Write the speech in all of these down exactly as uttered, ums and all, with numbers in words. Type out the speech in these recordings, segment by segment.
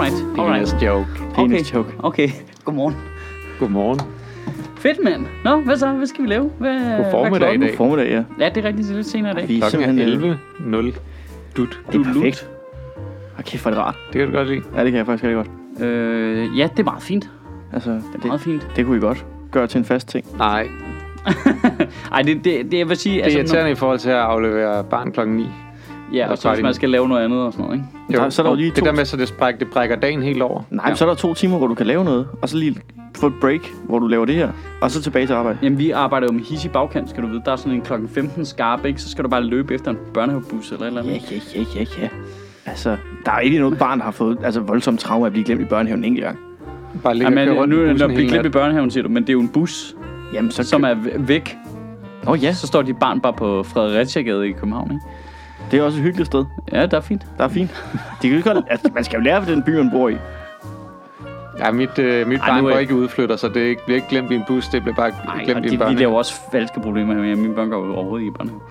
Alright, alright. Penis joke. Penis joke. Okay, godmorgen. Godmorgen. Fedt, mand. Nå, hvad så? Hvad skal vi lave? Hvad, God formiddag i dag. God formiddag, ja. Ja, det er rigtigt, det er lidt senere i dag. Vi er Klokken er simpelthen, elleve nul. Dut. Det er perfekt. Og kæft, hvor er det rart. Det kan du godt lide. Ja, det kan jeg faktisk rigtig godt. Øh, ja, det er meget fint. Altså, Det er meget fint. det kunne I godt gøre til en fast ting. Nej, Ej, det, det, det jeg vil sige... det er irriterende i forhold til at aflevere barn klokken ni. Når, ja, og så bare hvis lige- man skal lave noget andet og sådan noget, ikke? Jo, Der- så er der jo lige det to- der med, så det, spræk, det brækker dagen helt over. Nej, ja. Så er der to timer, hvor du kan lave noget, og så lige få et break, hvor du laver det her, og så tilbage til arbejde. Jamen, vi arbejder jo med his i bagkant, skal du vide. Der er sådan en klokken femten skarp, ikke? Så skal du bare løbe efter en børnehavebus eller et eller andet. Ja, ja, ja, ja, ja. Altså, der er ikke noget barn, der har fået altså, voldsomt traume at blive glemt i børnehaven en enkelt gang. Bare ligge Ja, og men køre rundt nu i når bussen du bliver hele glemt i natten. børnehaven, siger du, men det er jo en bus, Jamen, så som er væ- væk. Åh oh, ja, Så står dit barn bare på Fredericia-gade i København, ikke? det er også et hyggeligt sted. Ja, det er fint. Der er fint. De kan jo ikke godt, altså, man skal jo lære for den by, man bor i. Ja, mit, øh, mit Ej, barn nu er går jeg- ikke udflytter, så det er ikke, bliver ikke glemt i en bus, det bliver bare Nej, og glemt i det, en vi børnehave. laver også falske problemer her. Mine børn går jo overhovedet ikke i børnehave.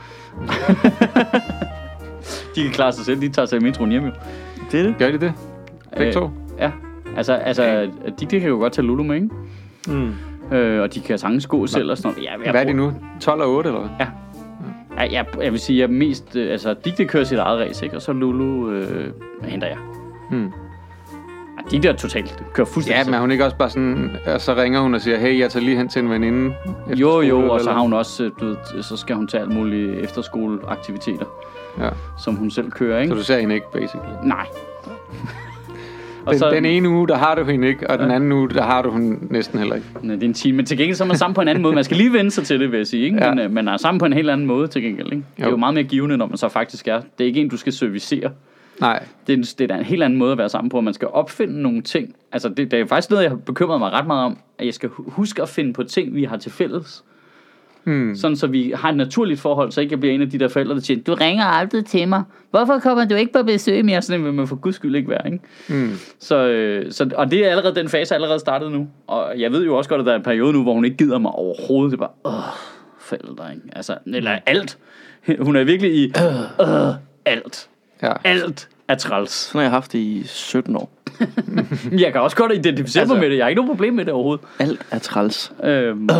De kan klare sig selv. De tager sig i metroen hjem, jo. Det er det. Gør de det? Begge to? Ja. Altså, altså de, de kan jo godt tage Lulu med, ikke? Mm. Øh, og de kan sagtens gå selv og sådan noget. Jeg, jeg, Hvad er de nu? tolv og otte, eller hvad? Ja. Jeg, jeg, jeg vil sige, at jeg mest... Øh, altså, Digte kører sit eget race, ikke? Og så Lulu øh, henter jeg. Hmm. Ej, de der totalt kører fuldstændig Ja, selv. men er hun ikke også bare sådan... Og så ringer hun og siger, hey, jeg tager lige hen til en veninde. efter Jo, skole, jo, eller- og så har hun også, øh, du ved, så skal hun tage alle mulige efterskoleaktiviteter, Ja. som hun selv kører, ikke? Så du ser hende ikke, basically. Nej. Og Den, så, den ene uge, der har du hende ikke, og den Ja. anden uge, der har du hende næsten heller ikke. Nej, det er en time, men til gengæld så er man sammen på en anden måde. Man skal lige vende sig til det, vil jeg sige, ikke? Ja. Men øh, man er sammen på en helt anden måde til gengæld, ikke? Det er Jo. jo meget mere givende, når man så faktisk er. Det er ikke en, du skal servicere. Nej. Det er, en, det er da en helt anden måde at være sammen på. Man skal opfinde nogle ting. Altså, det, det er faktisk noget, jeg har bekymret mig ret meget om. At jeg skal hu- huske at finde på ting, vi har til fælles. Hmm. Sådan, så vi har et naturligt forhold, så ikke jeg bliver en af de der forældre, der siger, du ringer altid til mig. Hvorfor kommer du ikke på besøg mere? Sådan vil man for guds skyld ikke være, ikke? Hmm. Så, øh, så, og det er allerede, den fase er allerede startet nu. Og jeg ved jo også godt, at der er en periode nu, hvor hun ikke gider mig overhovedet. Det er bare, åh, forældre, ikke? Altså, eller alt. Hun er virkelig i, øh, alt. Ja. Alt er træls. Sådan har jeg haft det i sytten år. Jeg kan også godt identificere altså, mig med det. Jeg har ikke nogen problem med det overhovedet. Alt er træls. Øhm,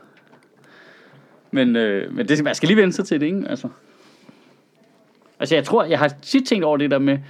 men øh, men det, man skal lige vende sig til det, ikke? Altså, altså, jeg tror, jeg har tit tænkt over det der med,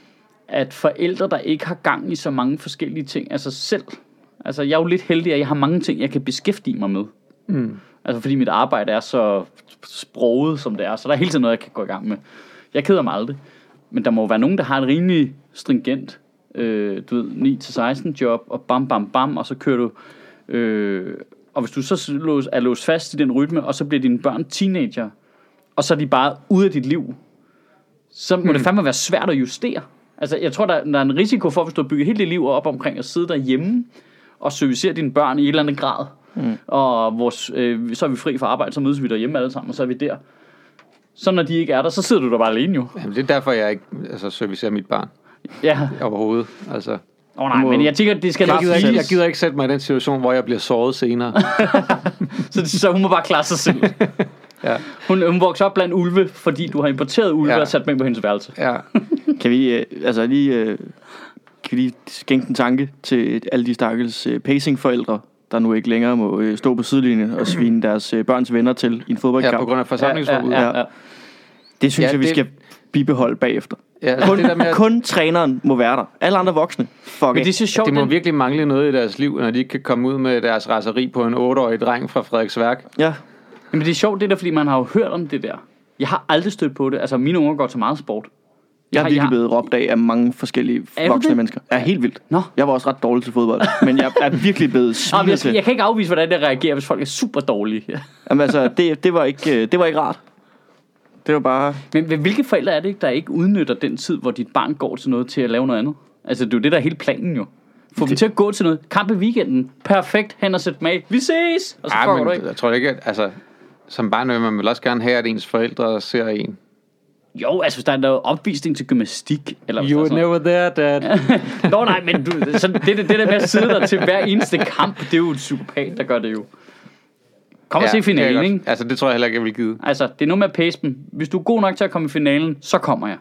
at forældre, der ikke har gang i så mange forskellige ting, altså selv. Altså, jeg er jo lidt heldig, at jeg har mange ting, jeg kan beskæftige mig med. Mm. Altså, fordi mit arbejde er så sproget, som det er, så der er hele tiden noget, jeg kan gå i gang med. Jeg keder mig aldrig. Men der må jo være nogen, der har et rimelig stringent, øh, du ved, ni til seksten job, og bam, bam, bam, og så kører du... Øh, og hvis du så lås, er låst fast i den rytme, og så bliver dine børn teenager, og så er de bare ude af dit liv, så må hmm. det fandme være svært at justere. Altså, jeg tror, der, der er en risiko for, hvis du har bygget hele dit liv op omkring at sidde derhjemme, og servicere dine børn i et eller andet grad, mm. og vores, øh, så er vi fri fra arbejde, så mødes vi derhjemme alle sammen, og så er vi der. Så når de ikke er der, så sidder du der bare alene jo. Jamen, det er derfor, jeg ikke altså, servicerer mit barn Ja. overhovedet. Altså, Åh oh, nej, men jeg tænker, det skal jeg, nok gider ikke, siges. jeg gider ikke sætte mig i den situation, hvor jeg bliver såret senere. så, så hun må bare klare sig selv. Ja. Hun, hun vokser op blandt ulve, fordi du har importeret ulve Ja. og sat dem ind på hendes værelse. Ja. Kan vi øh, altså lige øh, kan vi lige skænke en tanke til alle de stakkels øh, pacing-forældre, der nu ikke længere må øh, stå på sidelinjen og svine deres øh, børns venner til i en fodboldkamp. Ja, på grund af forsamlingsforbud. Ja, ja, ja. Det synes Ja, jeg, vi det- skal bibeholde bagefter. Ja, Kun, det der med, at kun træneren må være der. Alle andre voksne. Fuck Men det er it. så sjovt. de må den- virkelig mangle noget i deres liv, når de ikke kan komme ud med deres raseri på en otteårig dreng fra Frederiksværk. Ja. Men det er sjovt, det der, fordi man har jo hørt om det der. Jeg har aldrig stødt på det. Altså, mine unger går til meget sport. Jeg er har- virkelig jeg- blevet råbt af af mange forskellige Er du voksne det? mennesker. Ja, helt vildt. Nå. Jeg var også ret dårlig til fodbold, men jeg er virkelig blevet Nå, men svinet jeg, til. jeg kan ikke afvise, hvordan det reagerer, hvis folk er super dårlige. Jamen altså, det, det, var ikke, det var ikke rart. Det var bare... Men men hvilke forældre er det ikke, der ikke udnytter den tid, hvor dit barn går til noget, til at lave noget andet? Altså, det er jo det, der er hele planen jo. Få dem til at gå til noget. Kamp i weekenden. Perfekt. Hen og sæt dem af. Vi ses! Og så Ej, får men du ikke. jeg tror ikke, at altså, som barn vil man vil også gerne have, at ens forældre ser en. Jo, altså hvis der er noget opvisning til gymnastik. Eller hvis You der were er never there, dad. sådan- Nå nej, men du, så det, det, det der med at sidde der til hver eneste kamp, det er jo en psykopat, der gør det jo. Kom og se det kan jeg finalen, godt. ikke? Altså, det tror jeg heller ikke, jeg vil give. Altså, det er noget med at pace dem. Hvis du er god nok til at komme i finalen, så kommer jeg.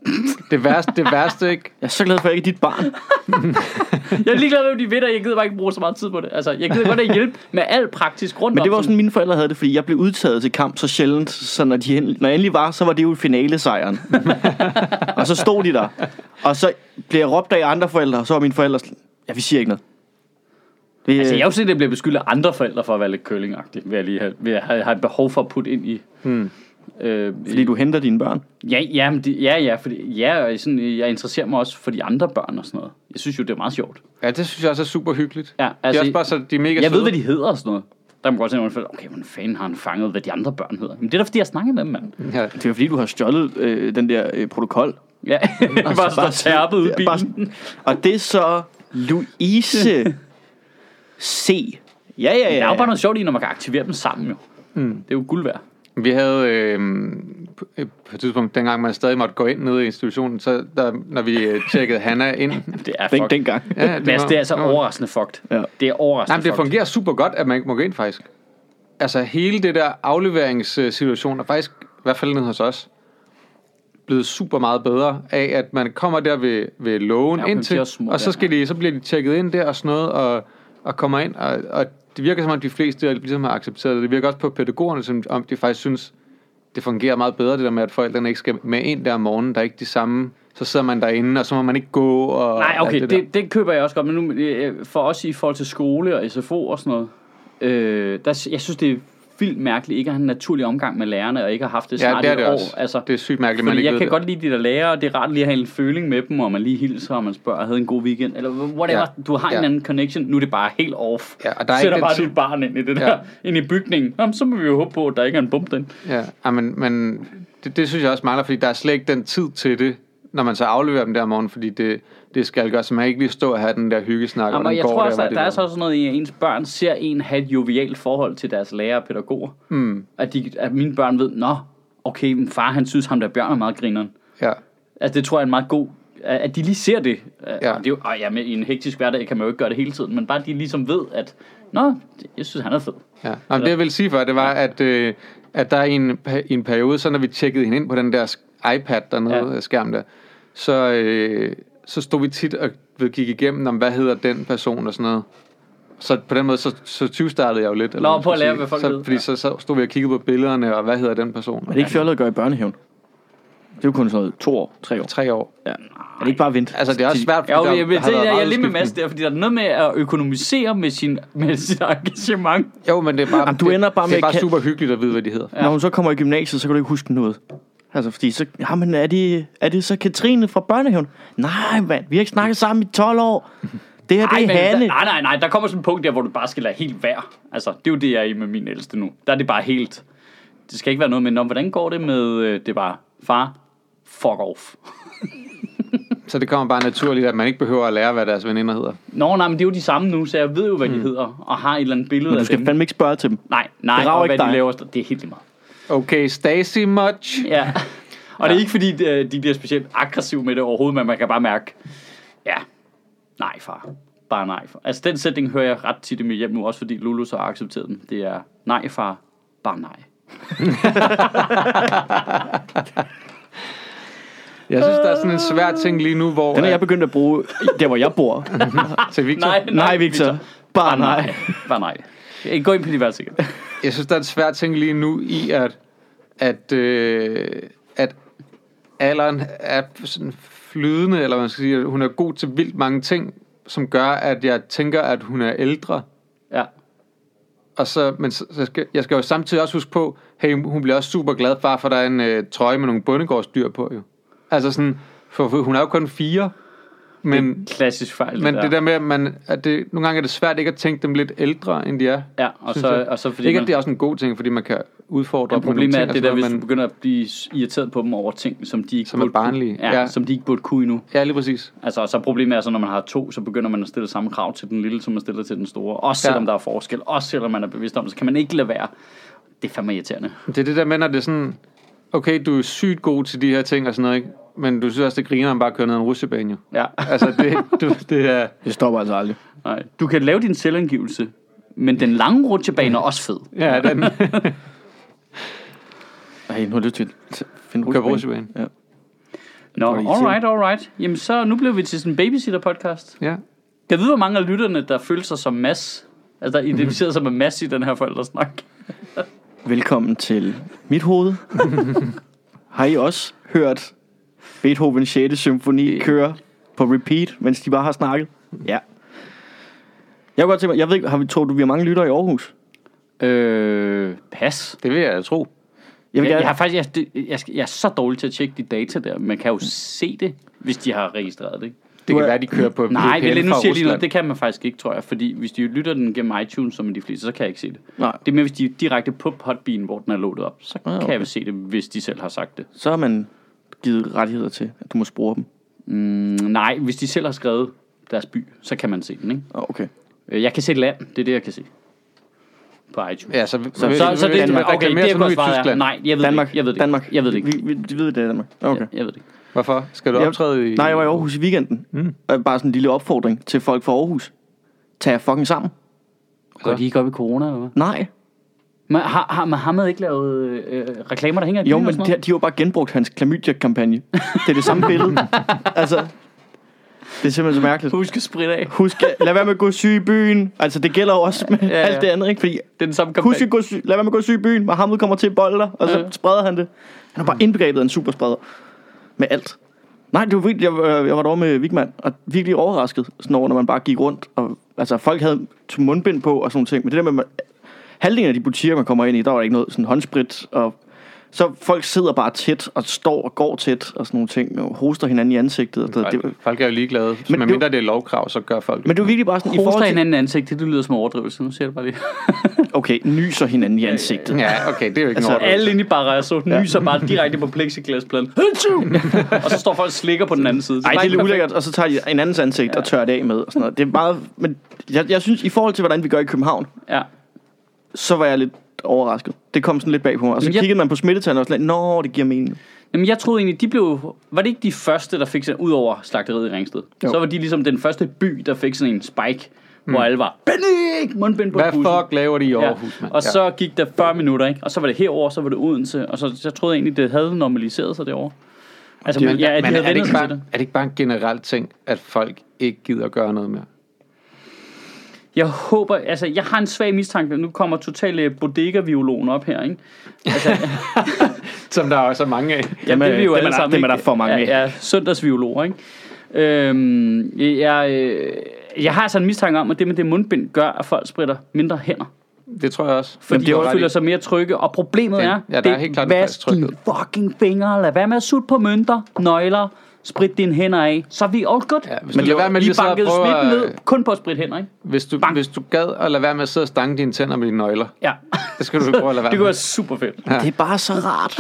det værste, det værste, ikke? Jeg er så glad for, at jeg ikke er dit barn. Jeg er ligeglad med, om de ved, og jeg gider bare ikke bruge så meget tid på det. Altså, jeg gider godt at hjælpe med alt praktisk rundt. Men det var sådan, mine forældre havde det, fordi jeg blev udtaget til kamp så sjældent, så når, de, når jeg endelig var, så var det jo finalesejren. Og så stod de der. Og så blev jeg råbt af andre forældre, og så var mine forældre sådan, ja, vi siger ikke noget. Det, Altså, jeg har jo set, at det bliver beskyldt af andre forældre for at være lidt køllingagtig, ved at lige have, ved at have, have et behov for at putte ind i... Hmm. Øh, fordi du henter dine børn. Ja, ja, men det, ja, ja, fordi ja, og sådan, jeg interesserer mig også for de andre børn og sådan noget. Jeg synes jo, det er meget sjovt. Ja, det synes jeg også er super hyggeligt. Ja, Altså, altså, det er også bare så, de er mega jeg søde. ved, hvad de hedder og sådan noget. Der må godt se, at okay, hvordan fanden har han fanget, hvad de andre børn hedder? Men det er da, fordi jeg snakker med dem, mand. Ja. Det er fordi, du har stjålet øh, den der øh, protokol. Ja, bare står tærpet ud i bilen. Og det er så Louise C. Ja, ja, ja. Der er jo bare noget sjovt i, når man kan aktivere dem sammen, jo. Mm. Det er jo guld værd. Vi havde øh, på et tidspunkt, dengang man stadig måtte gå ind nede i institutionen, så der, når vi øh, tjekkede Hanna ind. Det er Den, fucked. dengang. Ja, Men altså, det er altså overraskende fucked. Ja. Det er overraskende Nej, men det fucked. fungerer super godt, at man ikke må gå ind, faktisk. Altså, hele det der afleveringssituation er faktisk, i hvert fald nede hos os, blevet super meget bedre af, at man kommer der ved, ved lågen Ja, okay, indtil, de er også små og så, der, skal de, så bliver de tjekket ind der og sådan noget, og, og kommer ind, og, og det virker som om de fleste ligesom har accepteret det. Det virker også på pædagogerne, som om de faktisk synes, det fungerer meget bedre, det der med, at forældrene ikke skal med ind der om morgenen, der er ikke de samme, så sidder man derinde, og så må man ikke gå. Og Nej, okay, det, det, det køber jeg også godt, men nu, øh, for os i forhold til skole og S F O og sådan noget, øh, der, jeg synes, det er vildt mærkeligt ikke at have en naturlig omgang med lærerne, og ikke har haft det Ja, snart det er et det år. også. Altså, Det er sygt mærkeligt, man fordi ikke jeg ved kan det. godt lide de der lærere, og det er rart lige at have en føling med dem, og man lige hilser, og man spørger, havde en god weekend, eller whatever. Ja. Du har en Ja. anden connection, nu er det bare helt off. Ja, og der er Sætter ikke bare den tid- dit barn ind i det der, Ja. ind i bygningen. Jamen, så må vi jo håbe på, at der ikke er en bump den. Ja, ja, men, men det, det synes jeg også mangler, fordi der er slet ikke den tid til det, når man så afleverer dem der om morgenen, fordi det, det skal gøre, så man ikke lige stå og have den der hyggesnak. Jamen, hvordan jeg går tror det, også, og at hvad der er det så også noget i, at ens børn ser en have et jovialt forhold til deres lærere og pædagoger. Mm, At, de, at mine børn ved, nå, okay, min far han synes ham der Bjørn er meget grineren. ja. Altså det tror jeg er en meget god, at de lige ser det. Ja. Ja. Og det er jo, og ja, med, i en hektisk hverdag kan man jo ikke gøre det hele tiden, men bare de ligesom ved, at nå, jeg synes han er fed. Ja. Nå, det jeg ville sige før, det var, at, øh, at der i en, i en periode, så når vi tjekkede hende ind på den der iPad dernede, ja. skærm der, så, øh, så stod vi tit og gik igennem, om hvad hedder den person og sådan noget. Så på den måde, så, så tyvstartede jeg jo lidt. Nå, på at lære, hvad folk så, ved. Fordi Ja. så, så stod vi og kiggede på billederne, og hvad hedder den person? Men det er ikke fjollet at gøre i børnehaven. Det er jo kun sådan noget to år, tre år. Tre år. Ja. Er det ikke bare vent? Altså, det er også svært, Ja, fordi okay, jeg, vil, har det, været jeg, jeg er meget lige med udskiftning. Mads der, fordi der er noget med at økonomisere med, sin, med sit engagement. Jo, men det er bare, Jamen, du det, ender bare det med er bare at kan- super hyggeligt at vide, hvad de hedder. Ja. Når hun så kommer i gymnasiet, så kan du ikke huske noget. Altså, fordi så... Ja, men er det, er det så Katrine fra børnehaven? Nej, mand, vi har ikke snakket sammen i tolv år. Det her, det er men, Hanne. der, nej, nej, nej, der kommer sådan et punkt der, hvor du bare skal lade helt være. Altså, det er jo det, jeg er i med min ældste nu. Der er det bare helt... Det skal ikke være noget med, hvordan går det med... øh, Det er bare, far, fuck off. Så det kommer bare naturligt, at man ikke behøver at lære, hvad deres veninder hedder. Nå, nej, men det er jo de samme nu, så jeg ved jo, hvad de hedder, og har et eller andet billede Men du af skal dem. fandme ikke spørge til dem. Nej, nej, Det rager og ikke hvad de dig. laver, det er helt lige meget. Okay, Stacy much? Ja, og det er ikke fordi, de, de bliver specielt aggressive med det overhovedet, men man kan bare mærke, ja, nej far, bare nej far. Altså den sætning hører jeg ret tit i mit hjem nu, også fordi Lulu så har accepteret den. Det er, nej far, bare nej. Jeg synes, der er sådan en svær ting lige nu, hvor... Den er jeg begyndt at bruge der, hvor jeg bor. til Victor. Nej, Nej, Victor. Bare nej. Bare nej. Ikke gå ind på de værelse igen. Jeg synes, der er en svær ting lige nu i, at, at, øh, at alderen er sådan flydende, eller man skal sige, at hun er god til vildt mange ting, som gør, at jeg tænker, at hun er ældre. Ja. Og så, men så, så skal, jeg skal jo samtidig også huske på, hey, hun bliver også super glad for, for der er en øh, trøje med nogle bondegårdsdyr på, jo. Altså sådan, for, for hun er jo kun fire, men... Klassisk fejl. Men der. det der med, at, man, at det, nogle gange er det svært ikke at tænke dem lidt ældre, end de er. Ja, og synes så, jeg. og så fordi Ikke, man, at det er også en god ting, fordi man kan udfordre ja, på nogle problemet er, ting. at det der, og hvis sådan du noget, begynder at blive irriteret på dem over ting, som de ikke Som er burde barnlige. Kunne, ja, Ja. som de ikke burde kunne endnu. man, ja, lige præcis. Altså, og så problemet er så, når man har to, så begynder man at stille samme krav til den lille, som man stiller til den store. Også selvom Ja. der er forskel, også selvom man er bevidst om det, så kan man ikke lade være. Det er fandme irriterende. Det er det der med, når det er sådan, okay, du er sygt god til de her ting og sådan noget, ikke? Men du synes også, det griner, at man bare kører ned en rutsjebane, jo. Ja. Altså, det, du, det er... Det stopper altså aldrig. Nej. Du kan lave din selvangivelse, men den lange rutsjebane er også fed. Ja, den... Ej, nu har jeg lyst til at finde Du kan rutsjebane. rutsjebane. Ja. Nå, Hvor er det alright, alright. Jamen så, nu blev vi til sådan en babysitter-podcast. Ja. Jeg ved, hvor mange af lytterne, der føler sig som Mads. Altså, der identificerer sig med Mads i den her forældresnak. Velkommen til mit hoved. Har I også hørt Beethovens sjette symfoni køre på repeat, mens de bare har snakket? Ja. Jeg kunne godt tænke mig, jeg ved ikke, har vi, tror du, vi har mange lyttere i Aarhus? Øh, pas. Det vil jeg tro. Jeg, vil Jeg, gerne, jeg, har faktisk, jeg, det- jeg, skal- jeg er så dårlig til at tjekke de data der. Man kan jo se det, hvis de har registreret det. Ikke? Det Du kan er- være, de kører på Nej, V P N vel, nu fra siger jeg lige noget. Rusland. Det kan man faktisk ikke, tror jeg. Fordi hvis de lytter den gennem iTunes, som er de fleste, så kan jeg ikke se det. nej, Det er mere, hvis de er direkte på Podbean, hvor den er loadet op. Så Ah, kan okay. jeg vel se det, hvis de selv har sagt det. så har man givet rettigheder til, at du må spore dem. Mm, nej, hvis de selv har skrevet deres by, så kan man se den, ikke? Oh, okay. Øh, Jeg kan se land, det er det, jeg kan se. På iTunes. Ja, så, Så, så, så det, Danmark, okay, det er godt svaret. Tyskland. Nej, jeg ved Danmark, det ikke. Jeg ved det Danmark. ikke. Jeg ved det ikke. Vi, vi, de ved det er Danmark. Okay. Jeg, jeg ved det ikke. Hvorfor? Skal du Jeg- optræde i... Nej, jeg var i Aarhus i weekenden. Mm. Og bare sådan en lille opfordring til folk fra Aarhus. Tag jer fucking sammen. Går de ikke op i corona, eller hvad? Nej. Men har, har Mohammed ikke lavet øh, reklamer, der hænger i Jo, byen og men sådan de, noget? de har jo bare genbrugt hans klamydia-kampagne. Det er det samme billede. Altså, det er simpelthen så mærkeligt. Husk at spritte af. Husk, lad være med at gå syg i byen. Altså, det gælder jo også med ja, ja. alt det andet, ikke? Fordi, Det er den samme husk kampagne. at gå syg, lad være med at gå syg i byen. Mohammed kommer til at bolde dig, og så Ja. spreder han det. Han er bare indbegrebet af en superspreder. Med alt. Nej, det var virkelig, jeg, var- jeg var derovre med Vigman, og virkelig overrasket, sådan over, når man bare gik rundt. Og, altså, folk havde mundbind på og sådan nogle ting. Men det der med, man, halvdelen af de butikker, man kommer ind i, der var der ikke noget sådan håndsprit. Og så folk sidder bare tæt og står og går tæt og sådan nogle ting. Og hoster hinanden i ansigtet. Og det, det, Folk, folk er jo ligeglade. Men Men med det- mindre det er lovkrav, så gør folk men det var virkelig bare sådan, i Hoster forhold til... hinanden i ansigtet, det lyder som overdrivelse. Nu siger jeg det bare lige. Okay, nyser hinanden i ansigtet. Ja, okay, det er jo ikke Altså, noget. Alle inde i Barresso nyser bare direkte på plexiglaspladen. Og så står folk og slikker på den anden side. Ej, det er lidt ulækkert, og så tager de en andens ansigt ja. og tørrer det af med og sådan noget. Det er meget, men jeg, jeg synes, i forhold til, hvordan vi gør i København, Ja. så var jeg lidt overrasket. Det kom sådan lidt bag på mig. Og så Men jeg- kiggede man på smittetallene og sådan lidt, nå, det giver mening. Jamen, jeg troede egentlig, de blev... Var det ikke de første, der fik sådan... Ud over slagteriet i Ringsted. Jo. Så var de ligesom den første by, der fik sådan en spike, mm. hvor alle var... Panik! Mundbind på Hvad bussen. fuck laver de i Ja. Aarhus, mand? Og så gik der fyrre minutter, ikke? Og så var det herover, så var det Odense. Og så jeg troede egentlig, det havde normaliseret sig derovre. Altså, Men, men, ja, at de men havde er, det vendt ikke sig bare, til det. er det ikke bare en generel ting, at folk ikke gider gøre noget mere? Jeg håber, altså, jeg har en svag mistanke. Nu kommer totale bodega-viologen op her, ikke? Altså, Som der også er mange af. Jamen, det er vi jo dem er alle der- sammen. dem er der ikke? for mange af. Ja, ja, søndagsviologer, ikke? Øhm, jeg, øh, jeg har altså en mistanke om, at det med det mundbind gør, at folk spritter mindre hænder. Det tror jeg også. Fordi det er jo de ret føler i. sig mere trygge. Og problemet Det- er, ja, der er helt klart en vask falsk dine fucking fingre. Lad være med at sutte på mønter, nøgler. Sprit dine hænder af. Så er vi all good. Ja, hvis Men du lader være med Vi lige så at bankede prøve smitten at, ned, kun på at spritte hænder, ikke? hvis du, Bang. hvis du gad at lade være med at sidde og stange dine tænder med dine nøgler, Ja. det skal du prøve at lade være Det kunne med. være super fedt. Ja. Det er bare så rart.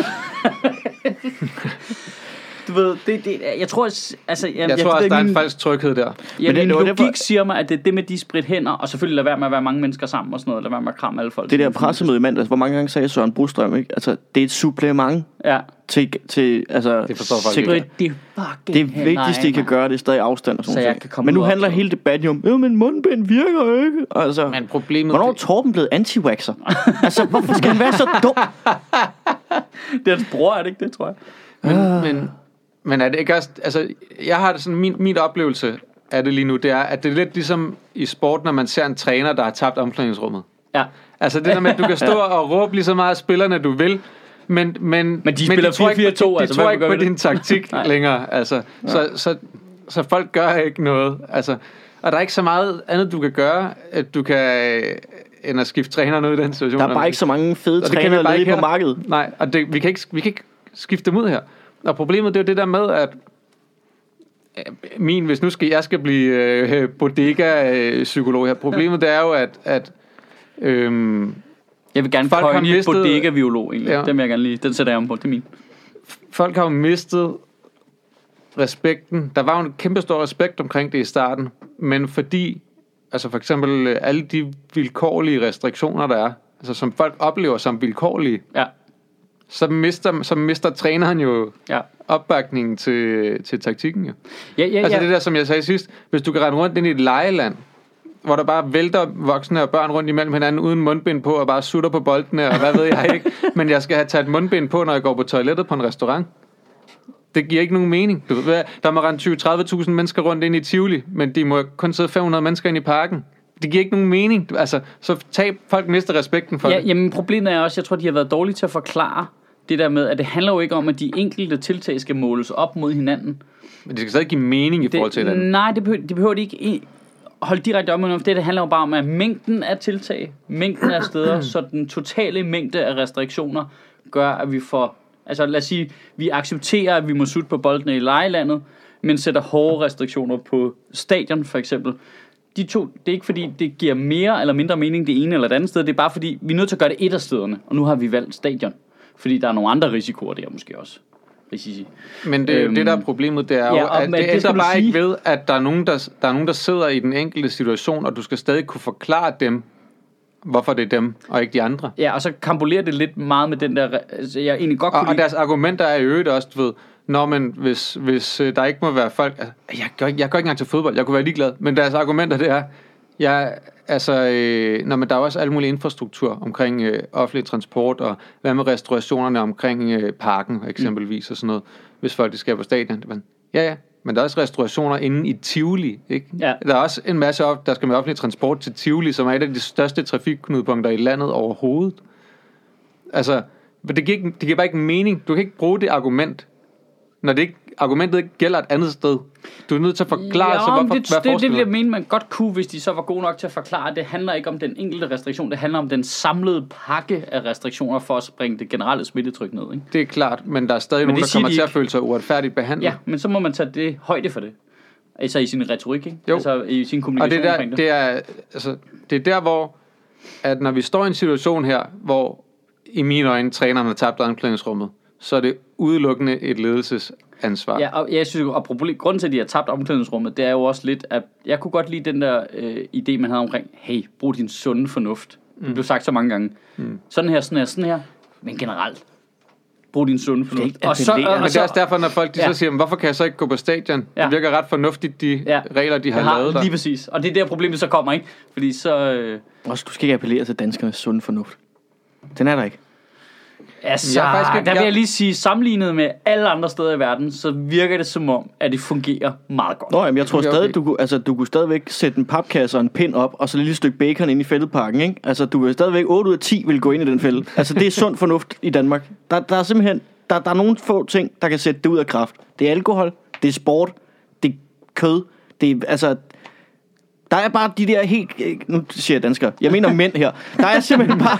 Du ved, det, det, jeg tror, altså... Jeg, Jeg tror også, det der er en min- falsk tryghed der. Ja, Men det- min det var logik derfor- siger mig, at det er det med de sprit hænder, og selvfølgelig lade være med at være mange mennesker sammen og sådan noget, lade være med at kramme alle folk. Det der pressemøde i mandags, hvor mange gange sagde Søren Brostrøm, ikke? Altså, det er et supplement Ja. til, til altså... Det forstår folk til, ikke. Sprit de fucking Det hænder vigtigste, I af kan mig. gøre, det er stadig afstand og sådan Så noget. jeg kan komme Men nu ud og handler optræde. hele debatten jo om, ja, men mundbind virker jo ikke. Altså, Men problemet... hvornår er Torben blevet anti-waxer? Altså, hvorfor skal han være så dum? Det er hans bror, er det ikke det, tror jeg? Men, men, men er det ikke også... Altså, jeg har det sådan... Min, min oplevelse af det lige nu, det er, at det er lidt ligesom i sport, når man ser en træner, der har tabt omklædningsrummet. Ja. Altså det der med, at du kan stå og råbe lige så meget af spillerne, du vil, men, men, Men de spiller tror ikke fire på- fire to, de, de altså, tror hvad ikke gør på vi det? din taktik længere. Altså, så, så, så folk gør ikke noget. Altså, og der er ikke så meget andet, du kan gøre, at du kan øh, end at skifte træner ud i den situation. Der er bare ikke så mange fede Og det kan vi trænere bare ledige ikke på her. markedet. Nej, og det, vi, kan ikke, vi kan ikke skifte dem ud her. Og problemet det er jo det der med, at øh, min, hvis nu skal jeg skal blive øh, bodega-psykolog her, problemet det er jo, at, at øhm, Jeg vil gerne Folk har coine mistet- bodega-violog, egentlig. Ja. Ja. Den vil jeg gerne lige. Den sætter jeg om på. Det er min. folk har jo mistet respekten. Der var jo en kæmpe stor respekt omkring det i starten, men fordi, altså for eksempel øh, alle de vilkårlige restriktioner, der er, altså som folk oplever som vilkårlige, Ja. så mister, så mister træneren jo Ja. opbakningen til, til taktikken. Jo. Ja, ja, Altså ja. det der, som jeg sagde sidst, hvis du kan rende rundt ind i et lejeland, hvor der bare vælter voksne og børn rundt imellem hinanden uden mundbind på, og bare sutter på boldene, og hvad ved jeg ikke. Men jeg skal have taget et mundbind på, når jeg går på toilettet på en restaurant. Det giver ikke nogen mening. Du ved, der må rende tyve til tredive tusind mennesker rundt ind i Tivoli, men de må kun sidde fem hundrede mennesker ind i parken. Det giver ikke nogen mening. Altså, så tab, folk mister respekten for ja, det. Jamen, problemet er også, jeg tror, de har været dårlige til at forklare det der med, at det handler jo ikke om, at de enkelte tiltag skal måles op mod hinanden. Men det skal stadig give mening i forhold til det, hinanden. Nej, det behøver, det behøver de ikke holde direkte op med noget. Det, det handler jo bare om, at mængden af tiltag, mængden af steder, så den totale mængde af restriktioner gør, at vi får... Altså lad os sige, vi accepterer, at vi må sutte på boldene i lejelandet, men sætter hårde restriktioner på stadion for eksempel. De to, det er ikke fordi, det giver mere eller mindre mening det ene eller det andet sted. Det er bare fordi, vi er nødt til at gøre det et af stederne. Og nu har vi valgt stadion. Fordi der er nogle andre risikoer der måske også. Risici. Men det, øhm, det der er problemet, det er ja, jo, at det, det ændrer bare sige. ikke ved, at der er, nogen, der, der er nogen, der sidder i den enkelte situation, og du skal stadig kunne forklare dem, hvorfor det er dem, og ikke de andre. Ja, og så kambulerer det lidt meget med den der... Altså, jeg egentlig godt og, kunne og deres argumenter er i øvrigt også, du ved, når man, hvis, hvis der ikke må være folk... Altså, jeg, går, jeg går ikke engang til fodbold, jeg kunne være ligeglad, men deres argumenter, det er... Jeg, altså, øh, når man, der er også alle mulige infrastruktur omkring øh, offentlig transport, og hvad med restaurationerne omkring øh, parken eksempelvis, mm. og sådan noget, hvis folk de skal på stadion. Man, ja, ja, men der er også restaurationer inde i Tivoli, ikke? Ja. Der er også en masse, op, der skal med offentlig transport til Tivoli, som er et af de største trafikknudepunkter i landet overhovedet. Altså, det giver, ikke, det giver bare ikke mening. Du kan ikke bruge det argument, når det ikke, argumentet ikke gælder et andet sted. Du er nødt til at forklare, ja, så hvorfor, det, hvad det, det vil jeg mene, man godt kunne, hvis de så var gode nok til at forklare. Det handler ikke om den enkelte restriktion, det handler om den samlede pakke af restriktioner for at springe det generelle smittetryk ned. Ikke? Det er klart, men der er stadig men nogen, der kommer de til at føle sig uretfærdigt behandlet. Ja, men så må man tage det højde for det. Altså i sin retorik, ikke? Jo. Altså i sin kommunikation. Og det er, der, det. er, altså, det er der, hvor at når vi står i en situation her, hvor i mine øjne træneren har tabt omklædningsrummet, så er det udelukkende et ledelsesansvar. Ja, og jeg synes, og problem, grunden til, at de har tabt omklædningsrummet, det er jo også lidt, at jeg kunne godt lide den der øh, idé, man havde omkring, hey, brug din sunde fornuft. Mm. Det blev sagt så mange gange. Mm. Sådan her, sådan her, sådan her, men generelt. Brug din sunde fornuft. Og så, og, og men det er også derfor, når folk de ja. så siger, hvorfor kan jeg så ikke gå på stadion? Ja. Det virker ret fornuftigt, de ja. regler, de har, har lavet der. Lige præcis. Og det er der problemet så kommer, ikke? Fordi så... Øh... Også, du skal ikke appellere til danskernes sunde fornuft. Den er der ikke. Altså, jeg faktisk ikke, der vil jeg lige sige, sammenlignet med alle andre steder i verden, så virker det som om, at det fungerer meget godt. Nå, jamen, jeg tror okay, stadig, okay. du, kunne, altså, du kunne stadigvæk sætte en papkasse og en pind op, og så et lille stykke bacon ind i fældeparken, ikke? Altså, du vil stadigvæk otte ud af ti vil gå ind i den fælde. Altså, det er sund fornuft i Danmark. Der, der er simpelthen, der, der er nogle få ting, der kan sætte det ud af kraft. Det er alkohol, det er sport, det er kød, det er, altså... Der er bare de der helt... Nu siger jeg danskere. Jeg mener mænd her. Der er simpelthen bare...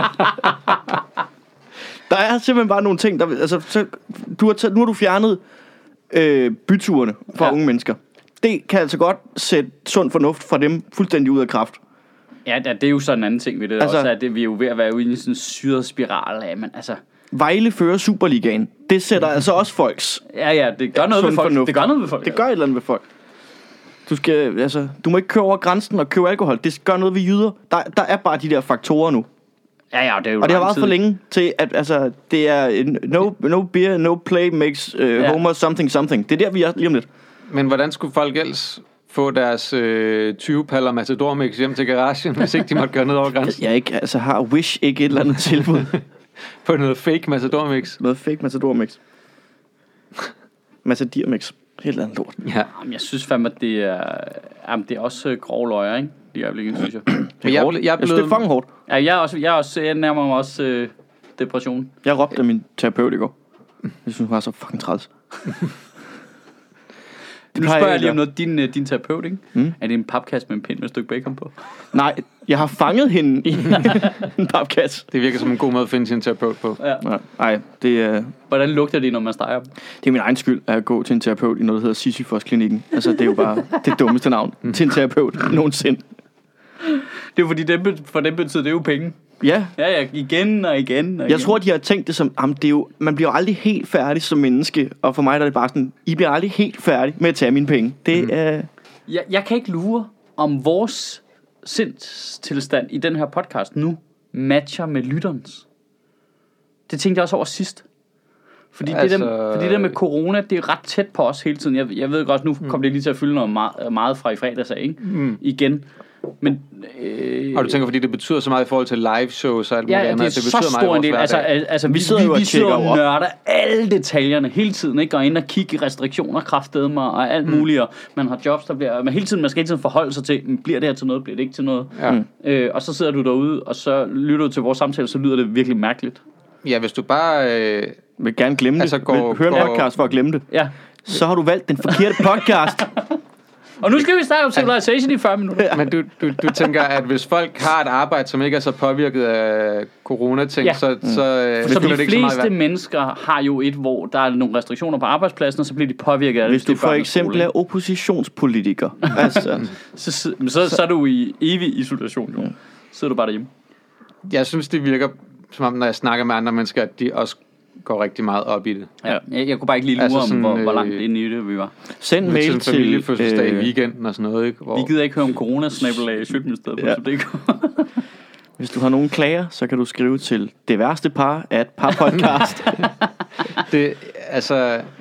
Der er simpelthen bare nogle ting, der... Altså, så, du har taget, nu har du fjernet øh, byturene fra ja. unge mennesker. Det kan altså godt sætte sund fornuft fra dem fuldstændig ud af kraft. Ja, det er jo sådan en anden ting ved det. Altså, også, at det, vi er jo ved at være ude i sådan en syret spiral af, men altså... Vejle fører Superligaen. Det sætter altså også folks... Ja, ja, det gør noget ved folk. Fornuft. Det gør noget ved folk. Det gør et eller andet ved folk. Du skal, altså, du må ikke køre over grænsen og købe alkohol. Det gør noget ved jyder. Der, der er bare de der faktorer nu. Ja, ja, det er jo og det har været for længe til, at altså, det er no, no beer, no play makes uh, ja. Homer something something. Det er der, vi er lige om lidt. Men hvordan skulle folk ellers få deres øh, tyve paller Matador Mix hjem til garagen, hvis ikke de måtte gøre noget over grænsen? Jeg ikke, altså, har Wish ikke et eller andet tilbud? På noget fake Matador Mix? Noget fake Matador Mix. Matador Mix. Helt andet lort. Ja. Jamen, jeg synes fandme, at det er, jamen, det er også grov løjer, ikke? Det er øjeblikket, synes jeg. Det er, jeg, jeg, jeg, jeg synes, det er fucking hårdt. Ja, jeg er også, jeg er også, jeg nærmer mig også øh, depression. Jeg råbte af min terapeut i går. Jeg synes, hun var så fucking træls. Nu spørger jeg lige om noget. Din, din terapeut, ikke? Mm? Er det en papkasse med en pind med et stykke bacon på? Nej, jeg har fanget hende i en papkasse. Det virker som en god måde at finde sin terapeut på. Ja. Nej, det er... Hvordan lugter det, når man steger dem? Det er min egen skyld at gå til en terapeut i noget, der hedder Sisyfos-klinikken. Altså, det er jo bare det dummeste navn til en terapeut nogensinde. Det er jo fordi, dem, for dem betyder det jo penge. Ja. Ja, ja, igen og igen og Jeg igen. tror, de har tænkt det som, jamen, det er jo, man bliver jo aldrig helt færdig som menneske. Og for mig der er det bare sådan, I bliver aldrig helt færdig med at tage mine penge. Det mm. er... Jeg, jeg kan ikke lure, om vores sindstilstand i den her podcast nu matcher med lytterens. Det tænkte jeg også over sidst. Fordi, altså... det, der, fordi det der med corona, det er ret tæt på os hele tiden. Jeg, jeg ved godt, nu kom det lige til at fylde noget meget, meget fra i fredags af, ikke? Mm. Igen. Men, øh, og du tænker, fordi det betyder så meget i forhold til live shows og alt muligt ja, andet, det er det så betyder meget stor en del. Altså, altså, vi, vi sidder jo og, vi sidder og nørder alle detaljerne hele tiden, ikke? Og ind og kigge i restriktioner, kraftedeme og alt mm. muligt, og man har jobs, der bliver... Men hele tiden, man skal hele tiden forholde sig til, bliver det her til noget, bliver det ikke til noget? Ja. Mm. Øh, og så sidder du derude, og så lytter du til vores samtale, så lyder det virkelig mærkeligt. Ja, hvis du bare... Øh, vil gerne glemme altså det. Går, Hør en går, podcast for at glemme det. Ja. Så har du valgt den forkerte podcast. Og nu skal vi snakke om Civilization i fyrre minutter. Ja. Men du, du, du tænker, at hvis folk har et arbejde, som ikke er så påvirket af corona-ting, ja. så, mm. så, så, så de ikke fleste så mennesker har jo et, hvor der er nogle restriktioner på arbejdspladsen, og så bliver de påvirket af hvis det. Hvis du for eksempel er oppositionspolitiker, altså. så, så, så, så er du i evig isolation, jo. Så sidder du bare derhjemme. Jeg synes, det virker, som om, når jeg snakker med andre mennesker, at de også går rigtig meget op i det. Ja, jeg, jeg kunne bare ikke lige lure altså sådan, om, hvor, hvor langt inde i det vi var. Send mail til... til familiefødselsdag øh, i weekenden og sådan noget, ikke? Hvor... Vi gider ikke høre om coronasnabelag i Sjøtministeriet. Ja. Hvis du har nogle klager, så kan du skrive til det værste par at parpodcast. det, altså...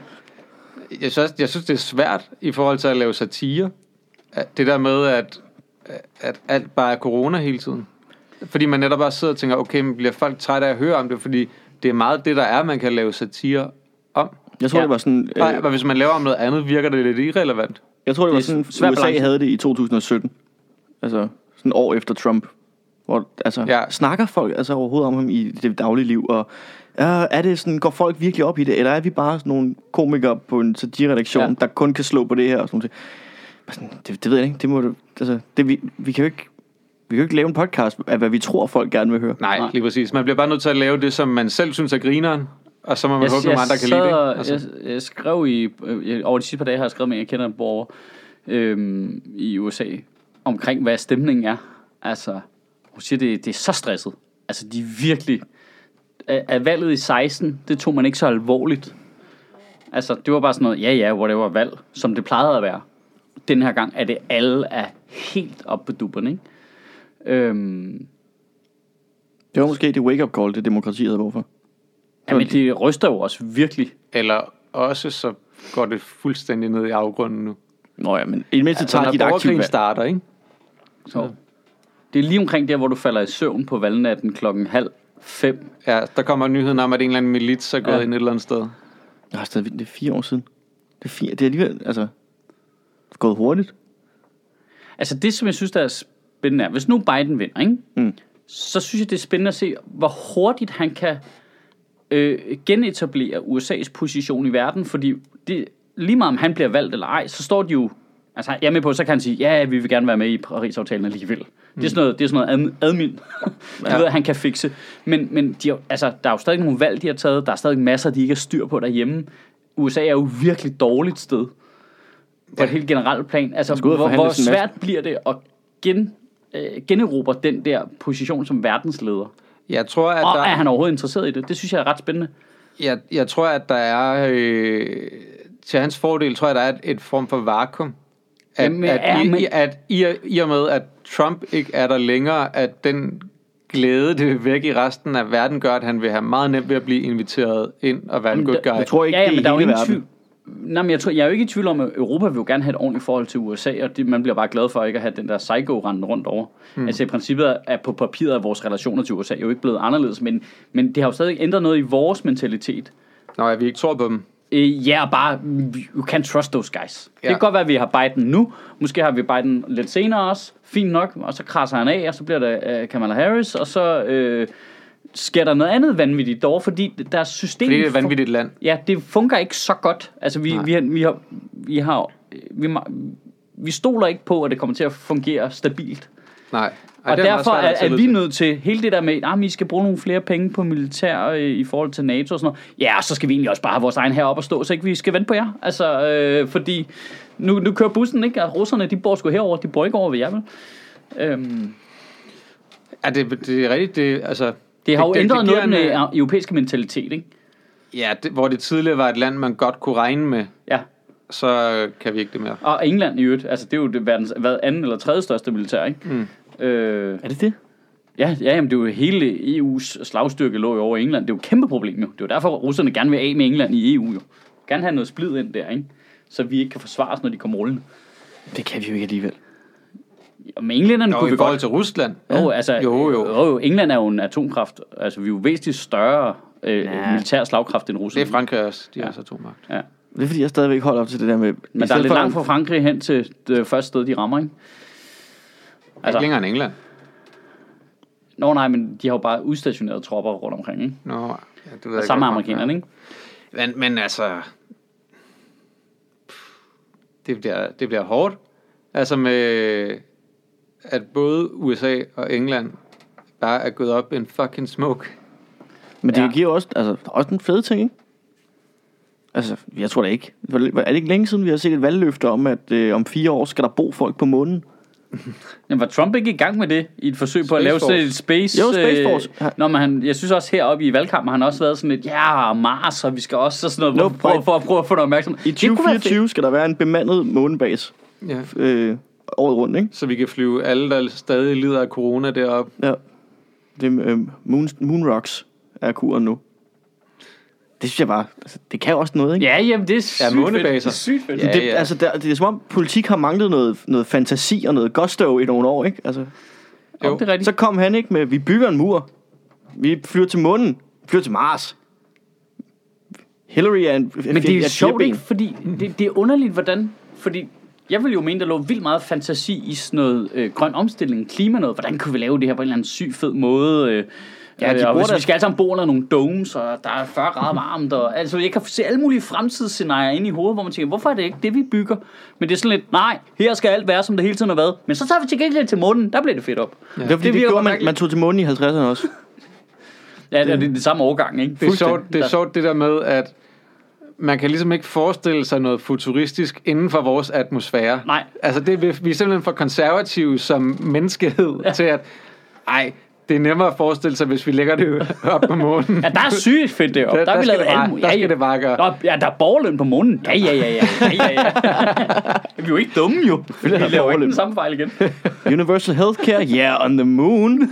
Jeg synes, jeg synes, det er svært i forhold til at lave satire. Det der med, at, at alt bare er corona hele tiden. Fordi man netop bare sidder og tænker, okay, men bliver folk trætte af at høre om det, fordi det er meget det, der er, man kan lave satire om. Jeg tror, ja. det var sådan... Øh, Nej, men hvis man laver om noget andet, virker det lidt irrelevant. Jeg tror, det var sådan, U S A balance. Havde det i to tusind og sytten. Altså, sådan år efter Trump. Hvor, altså, ja. snakker folk altså overhovedet om ham i det daglige liv, og øh, er det sådan, går folk virkelig op i det, eller er vi bare sådan nogle komikere på en satireredaktion, ja. der kun kan slå på det her, og sådan noget. Det, det ved jeg ikke, det må du, altså, det, vi, vi kan jo ikke, vi kan jo ikke lave en podcast af, hvad vi tror, folk gerne vil høre. Nej, Nej, lige præcis. Man bliver bare nødt til at lave det, som man selv synes er grineren, og så må man jeg, håbe, at andre kan lide det. Altså. Jeg, jeg skrev i, jeg, over de sidste par dage har jeg skrevet med, jeg kender en borger øhm, i U S A, omkring hvad stemningen er. Altså, hun siger, det, det er så stresset. Altså, de er virkelig... At valget i seksten, det tog man ikke så alvorligt. Altså, det var bare sådan noget, ja, ja, whatever valg, som det plejede at være. Den her gang er det alle er helt oppe på dupperne, ikke? Øhm, det var måske det wake-up call, det demokratiet havde hvorfor. Ja, men det ryster jo også virkelig. Eller også så går det fuldstændig ned i afgrunden nu. Nå ja, men i det mindste tager altså, de et aktivt valg. Starter, ikke? Så. Det er lige omkring der, hvor du falder i søvn på valgnatten klokken halv fem. Ja, der kommer nyheden om, at en eller anden milits er gået ja. ind et eller andet sted. Ja, det er fire år siden. Det er, fire, det er alligevel, altså, det er gået hurtigt. Altså det, som jeg synes, der er spændende er, hvis nu Biden vinder, ikke? Mm. så synes jeg, det er spændende at se, hvor hurtigt han kan øh, genetablere U S A's position i verden, fordi det, lige meget om han bliver valgt eller ej, så står de jo, altså jeg er med på, så kan han sige, ja, vi vil gerne være med i Paris-aftalen alligevel. Mm. Det er sådan noget, det er sådan noget admin, ja. Du ved, han kan fikse. Men, men de er, altså, der er jo stadig nogle valg, de har taget, der er stadig masser, de ikke har styr på derhjemme. U S A er jo virkelig dårligt sted, på ja. et helt generelt plan. Altså, hvor, hvor svært bliver det at gen, øh, generobre den der position som verdensleder? Jeg tror, at og der... er han overhovedet interesseret i det? Det synes jeg er ret spændende. Jeg, jeg tror, at der er... Øh, til hans fordel, tror jeg, der er et, et form for vakuum. At, Jamen, at, ja, i, men... at i, i og med, at Trump ikke er der længere, at den glæde, det vil væk i resten af verden, gør, at han vil have meget nemt ved at blive inviteret ind og være en good guy. Jeg tror ikke, ja, ja, det er i hele verden. Nej, men jeg, tror, jeg er jo ikke i tvivl om, at Europa vil jo gerne have et ordentligt forhold til U S A, og det, man bliver bare glad for ikke at have den der psycho-rende rundt over. Hmm. Altså i princippet er på papiret af vores relationer til U S A jo ikke blevet anderledes, men, men det har jo stadig ændret noget i vores mentalitet. Nå, jeg vil ikke tro på dem. Øh, ja, bare, you can't trust those guys. Ja. Det kan godt være, at vi har Biden nu, måske har vi Biden lidt senere også, fint nok, og så krasser han af, og så bliver det uh, Kamala Harris, og så... Øh, sker der noget andet vanvittigt dog, fordi deres system... Fordi det er et vanvittigt land. Ja, det fungerer ikke så godt. Altså, vi, vi, har, vi, har, vi, har, vi, vi stoler ikke på, at det kommer til at fungere stabilt. Nej. Ej, og derfor er, er vi nødt til hele det der med, at vi skal bruge nogle flere penge på militær øh, i forhold til NATO og sådan noget. Ja, så skal vi egentlig også bare have vores egen heroppe og stå, så ikke vi skal vente på jer. Altså, øh, fordi nu, nu kører bussen, ikke? Og russerne, de bor sgu herover, de bor ikke over ved jer, vel? Øhm. Ja, det, det er rigtigt, det, altså... Det har jo det, ændret det, det noget med en europæiske mentalitet, ikke? Ja, det, hvor det tidligere var et land, man godt kunne regne med. Ja. Så kan vi ikke det mere. Og England i øvrigt, altså det er jo det verdens hvad, anden eller tredje største militær, ikke? Mm. Øh, er det det? Ja, ja jamen, det er jo hele E U's slagstyrke lå jo over England. Det er jo et kæmpe problem, jo. Det er jo derfor, russerne gerne vil af med England i E U, jo. Gerne have noget splid ind der, ikke? Så vi ikke kan forsvare os, når de kommer rullende. Det kan vi jo ikke alligevel. Men englænderne Nå, kunne i vi forhold godt... til Rusland. Jo, altså, Jo, jo. jo, jo, England er jo en atomkraft. Altså, vi er jo væsentligt større øh, Ja. militær slagkraft end Det Rusland. er Frankrig også. De Ja. har så atomagt. Ja. Det er fordi, jeg stadigvæk holder op til det der med... Men der er lidt langt fra Frankrig hen til det første sted, de rammer, ikke? Altså, ikke længere end England. Nå nej, men de har jo bare udstationeret tropper rundt omkring, ikke? Nå, ja, det ved Og sammen med amerikanerne, ikke? Men, men altså... Det bliver, det bliver hårdt. Altså med... At både U S A og England bare er gået op en fucking smoke. Men det Ja. giver også, altså, også en fed ting, ikke? Altså, jeg tror da ikke. Er det ikke længe siden, vi har set et valgløfte om, at øh, om fire år skal der bo folk på månen? Men var Trump ikke i gang med det i et forsøg på Space at lave sådan Force. et space... Jo, Space Force. Øh, Nå, men han, jeg synes også heroppe i valgkampen har han også været sådan lidt, ja, Mars, og vi skal også sådan noget, No, for, for, for at prøve at få noget opmærksomhed. I Det kunne tyve være fedt. fireogtyve skal der være en bemandet månebase Ja. øh, året rundt, ikke? Så vi kan flyve alle, der stadig lider af corona deroppe. Ja. Det øh, moon, moon Rocks er kuren nu. Det synes jeg bare, altså, det kan jo også noget, ikke? Ja, jamen, det er sygt fedt. månebaser. Det er sygt fedt. Ja, det, ja. Altså, der, det er som om politik har manglet noget, noget fantasi og noget gusto i nogle år, ikke? Altså, Jo, det er rigtigt. så kom han ikke med, vi bygger en mur. Vi flyver til månen. Vi flyver til Mars. Hillary er en... Men det er jo sjovt, ikke? Fordi det, det er underligt, hvordan... Fordi jeg ville jo mene, der lå vildt meget fantasi i sådan noget øh, grøn omstilling, klima noget. Hvordan kunne vi lave det her på en eller anden syg fed måde? Øh, Ja, de øh, og burde hvis da- vi skal alle sammen bo under nogle domes, og der er fyrre grader varmt. Og, altså, jeg kan se alle mulige fremtidsscenarier inde i hovedet, hvor man tænker, hvorfor er det ikke det, vi bygger? Men det er sådan lidt, nej, her skal alt være, som det hele tiden har været. Men så tager vi til gengæld til månen, der bliver det fedt op. Ja. Det var fordi, det, det virker gjorde man, mærkeligt. man tog til månen i halvtredserne også. Ja, det er det, det samme årgang, ikke? Det er, sjovt, det er Der- sjovt det der med, at man kan ligesom ikke forestille sig noget futuristisk inden for vores atmosfære. Nej. Altså, det, er- vi er simpelthen for konservative som menneskehed ja. til at, ej, det er nemmere at forestille sig, hvis vi lægger det op på månen. Ja, der er sygt fedt deroppe. Der- Der, der, der vi skal lavet det bare- alle mulige- der ja, skal ja. det bare gøre. Nå, ja, der er borgerløn på månen. Ja, ja, ja, ja. ja, ja, ja. Vi er jo ikke dumme, jo. Vi der laver ikke borgerløn. den samme fejl igen. Universal healthcare, yeah, on the moon.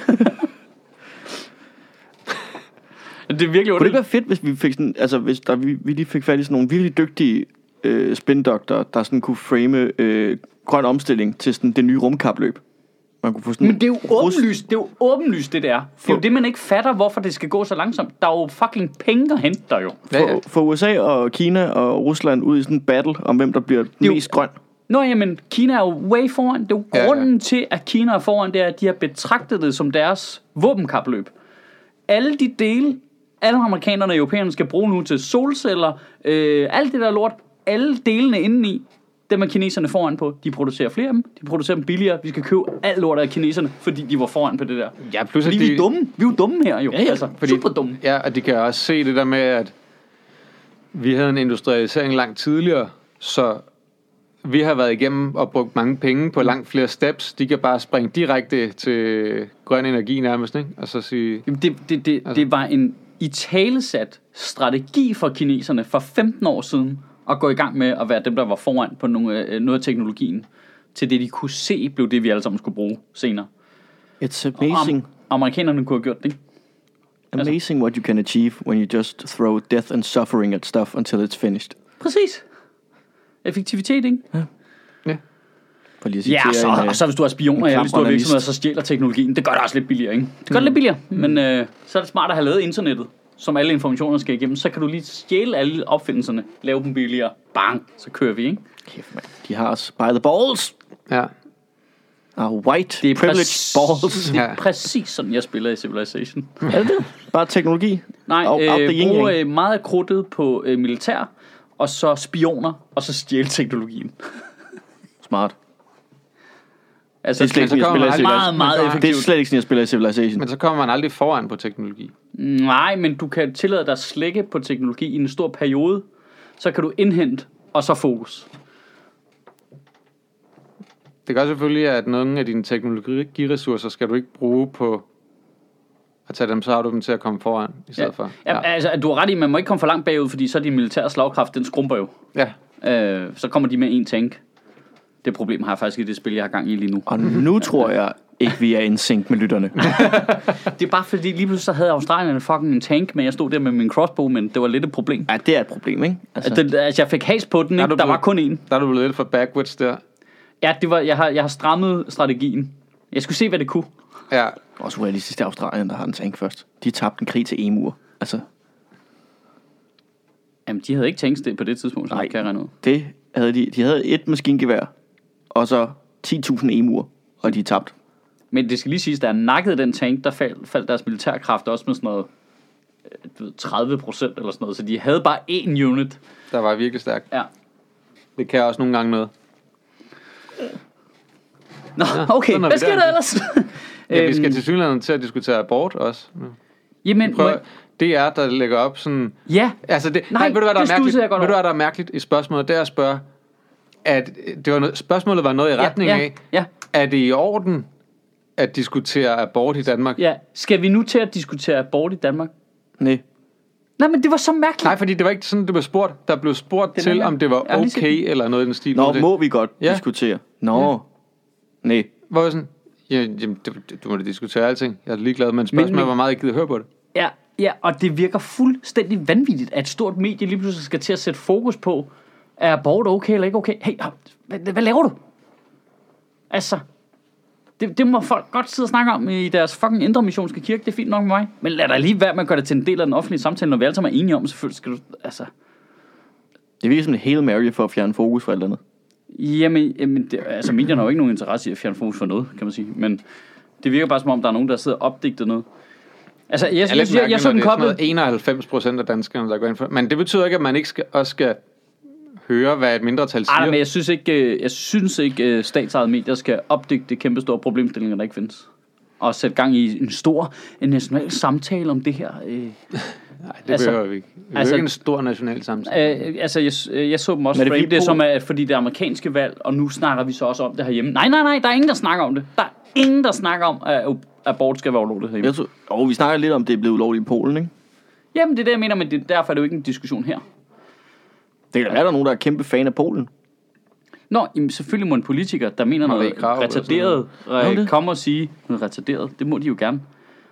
Det er virkelig Kunne det ikke underligt. være fedt, hvis vi fik sådan, altså hvis der, vi, vi lige fik fat i sådan nogle virkelig dygtige øh, spindoktorer, der sådan kunne frame øh, grøn omstilling til sådan det nye rumkapløb. Man kunne få sådan Men det er jo rus- åbenlyst, det er jo åbenlyst, det der. Det er jo det, man ikke fatter, hvorfor det skal gå så langsomt. Der er jo fucking penge at hente der jo. Ja, ja. få, få U S A og Kina og Rusland ud i sådan en battle om hvem der bliver jo- mest grøn. Nå, jamen, Kina er jo way foran. Det er jo Ja, ja. grunden til, at Kina er foran, det er, at de har betragtet det som deres våbenkapløb. Alle de dele, alle amerikanerne og europæerne skal bruge nu til solceller, øh, alt det der lort, alle delene indeni, dem er kineserne foran på. De producerer flere af dem, de producerer dem billigere. Vi skal købe alt lort af kineserne, fordi de var foran på det der. Ja, plus Fordi at vi de, er dumme. Vi er jo dumme her jo. Ja, ja, altså, fordi- super dumme. Ja, og de kan også se det der med, at vi havde en industrialisering langt tidligere, så vi har været igennem og brugt mange penge på langt flere steps. De kan bare springe direkte til grøn energi nærmest, ikke? Og så sige... Jamen, det, det, det, det var en italesat strategi for kineserne for femten år siden at gå i gang med at være dem, der var foran på nogle, øh, noget af teknologien, til det, de kunne se, blev det, vi alle sammen skulle bruge senere. It's amazing, Am- amerikanerne kunne have gjort det, ikke? amazing what you can achieve when you just throw death and suffering at stuff until it's finished. Præcis. Effektivitet, ikke? For lige at Ja, citere så, en, øh, og så hvis du har spioner en i alle store kamp virksomheder, analyst. så stjæler teknologien. Det gør det også lidt billigere, ikke? Det gør det lidt billigere, men øh, så er det smart at have lavet internettet, som alle informationer skal igennem. Så kan du lige stjæle alle opfindelserne, lave dem billigere. Bang, så kører vi, ikke? Kæft, mand. De har os by the balls. Ja. Our white Det er privileged præcis, balls. det er Ja. præcis sådan, jeg spiller i Civilization. Er det det? Bare teknologi? Nej, Out- out the øh, yin-yang. bruge øh, meget krudtet på øh, militær, og så spioner, og så stjæle teknologien. Smart. Altså, Det er slet ikke, så sådan, jeg kommer spiller i man meget, Civilization. meget Det er effektivt. slet ikke sådan, jeg spiller i Civilization. Men så kommer man aldrig foran på teknologi. Nej, men du kan tillade dig at slække på teknologi i en stor periode, så kan du indhente, og så fokus. Det gør selvfølgelig, at nogle af dine teknologiressourcer skal du ikke bruge på at tage dem, så har du dem til at komme foran i stedet Ja. for. Ja. Altså, du har ret i, man må ikke komme for langt bagud, fordi så er din militære slagkraft, den skrumper jo. Ja. Øh, så kommer de med en tank. Det problem har jeg faktisk i det spil, jeg har gang i lige nu. Og nu tror jeg ikke, vi er en sync med lytterne. Det er bare fordi, lige pludselig så havde Australien fucking en tank, men jeg stod der med min crossbow, men det var lidt et problem. Ja, det er et problem, ikke? Altså, det, altså jeg fik has på den, Er ikke? du Der var blevet- kun en. Der er du blevet lidt for backwards der. Ja, det var, jeg, har, jeg har strammet strategien. Jeg skulle se, hvad det kunne. Ja. Også realistisk, det er Australien, der har en tank først. De tabte en krig til emuer. Altså, Jamen, de havde ikke tanksted på det tidspunkt, så Nej. kan jeg regne ud. det havde de. De havde et maskingevær, og så ti tusind emuer, og de tabte. Men det skal lige siges, der er nakket den tank, der faldt, faldt deres militærkraft også med sådan noget øh, du ved, tredive procent eller sådan noget. Så de havde bare én unit. Der var virkelig stærkt. Ja. Det kan også nogle gange noget. Nå, okay. sådan er Hvad vi sker der. der ellers? Ja, vi skal Øhm, til synligheden til at diskutere abort også. nu. Jamen, Prøv, må- det er der lægger op sådan. ja. Altså det, Nej, nej, ved du hvad der det er mærkeligt? studsede jeg godt Ved du over. hvad der er mærkeligt i spørgsmålet? Det er at spørge, at det var noget, spørgsmålet var noget i retning ja, af, ja, er det i orden at diskutere abort i Danmark? ja. Skal vi nu til at diskutere abort i Danmark? Nej. Nej, men det var så mærkeligt. Nej, fordi det var ikke sådan, det blev spurgt. Der blev spurgt Det er til, nemlig- om det var Jeg har lige set okay eller noget i den stil. Nå, Hvor det- må vi godt Ja. diskutere? Nå. Ja. Nej. Hvor jeg sådan, ja, jamen, du, du må da diskutere alting. Jeg er ligeglad, men spørgsmålet Men- er, hvor meget jeg gider høre på det. Ja, ja, og det virker fuldstændig vanvittigt, at et stort medie lige pludselig skal til at sætte fokus på, er abort okay eller ikke okay? Hey, hvad, hvad laver du? Altså, det, det må folk godt sidde og snakke om i deres fucking indre missionske kirke, det er fint nok med mig. Men lad dig lige være med at gøre det til en del af den offentlige samtale, når vi alle sammen er enige om, selvfølgelig skal du, altså... Det virker som en Hail Mary for at fjerne fokus fra et eller andet. Jamen, jamen det, altså medierne har jo ikke nogen interesse i at fjerne fokus for noget, kan man sige. Men det virker bare som om, der er nogen, der sidder og opdigter noget. Altså, jeg, jeg, jeg, jeg, jeg så den koblet... enoghalvfems procent af danskerne, der går ind for. Men det betyder ikke, at man ikke skal, også skal høre, hvad et mindretal siger. Ej, men jeg synes ikke, øh, jeg synes ikke øh, statsejede medier skal opdigte kæmpe store problemstillinger, der ikke findes. Og sætte gang i en stor, en national samtale om det her. Øh. Nej, det altså- behøver vi ikke. Vi behøver altså- ikke en stor national samtale. Øh, altså, jeg, øh, jeg så dem også Men er det frame fordi det Pol- som, at fordi det er amerikanske valg, og nu snakker vi så også om det herhjemme. Nej, nej, nej, der er ingen, der snakker om det. Der er ingen, der snakker om, at abort skal være ulovligt herhjemme. Jeg tror, og vi snakker lidt om, det er blevet ulovligt i Polen, ikke? Jamen, det er det, jeg mener, men det, derfor er det jo ikke en diskussion her. Det kan da være, der er nogen, der er kæmpe fan af Polen. Nå, jamen, selvfølgelig må en politiker, der mener Marie noget Krarup eller retarderet, Må øh, det? komme og sige noget retarderet. Det må de jo gerne.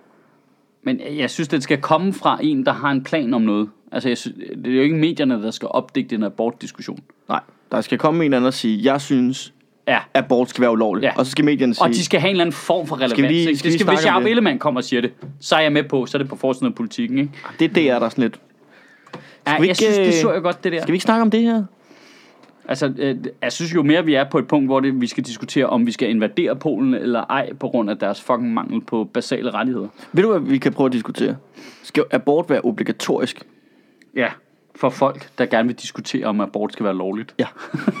Men jeg synes, det skal komme fra en, der har en plan om noget. Altså, jeg synes, det er jo ikke medierne, der skal opdigte en abortdiskussion. Nej, der skal komme en anden og sige, jeg synes, Ja, abort skal være ulovligt. Ja. Og så skal medierne sige, og de skal have en eller anden form for relevans. Skal vi lige- ikke? skal det vi skal, snakke hvis om Jacob det? Ellemann kommer og siger det, så er jeg med på, så er det på forsiden af politikken, ikke? det er det, er der sådan lidt. Ja, vi jeg synes, ikke, det så jeg godt, det der. Skal vi ikke snakke om det her? Altså, øh, jeg synes jo mere, vi er på et punkt, hvor det, vi skal diskutere, om vi skal invadere Polen eller ej, på grund af deres fucking mangel på basale rettigheder. Ved du, hvad vi kan prøve at diskutere? Skal abort være obligatorisk? Ja, for folk, der gerne vil diskutere, om abort skal være lovligt. Ja.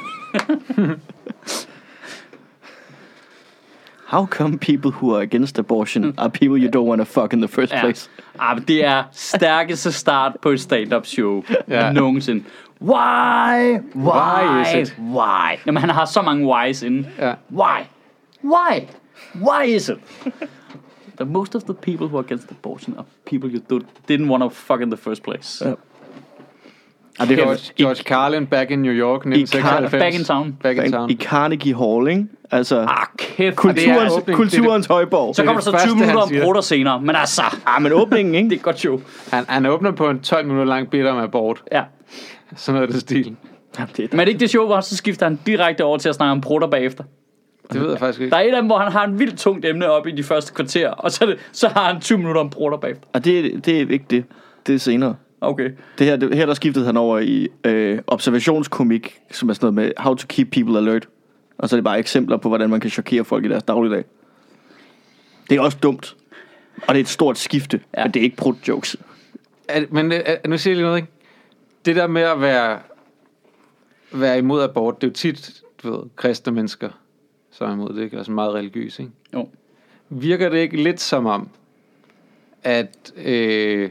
How come people who are against abortion are people you don't want to fuck in the first Ja. place? Ah, men det er stærkeste start på et stand-up show Ja. nogensinde. Why? Why? Why is it? Why? Jamen, han har så mange whys inde. Ja. Why? Why? Why is it? The most of the people who are against abortion are people you do- didn't want to fuck in the first place. Ja. Og det George, George Carlin back in New York nitten seksoghalvfems. Back in town. Back in Back town. i Carnegie Hall, ikke? Altså, Ah, kæft. kulturens, det er åbning. kulturens højborg. Så det kommer der så første, tyve han minutter om siger. brutter senere. Men altså, Ah, men åbningen, ikke? det er et godt show. Han, han åbner på en tolv minutter lang bit om abort. Ja. Sådan noget af det stil. Jamen, det er Men er det ikke det show, hvor så skifter han direkte over til at snakke om brutter bagefter? Det ved jeg faktisk ikke. Der er et af dem, hvor han har en vildt tungt emne op i de første kvarter, og så, er det, så har han tyve minutter om brutter bagefter. Og det, det er ikke det. Det er senere. Okay. Det her, det, her der skiftede han over i øh, observationskomik, som er sådan noget med how to keep people alert. Og så er det bare eksempler på, hvordan man kan chokere folk i deres dagligdag. Det er også dumt. Og det er et stort skifte, Ja. ja. Men det er ikke prut-jokes. Er, men er, nu siger jeg lige noget, ikke? Det der med at være, være imod abort, det er jo tit, du ved, kristne mennesker, som er imod det, ikke? Altså meget religiøs, ikke? Jo. Virker det ikke lidt som om, at, øh,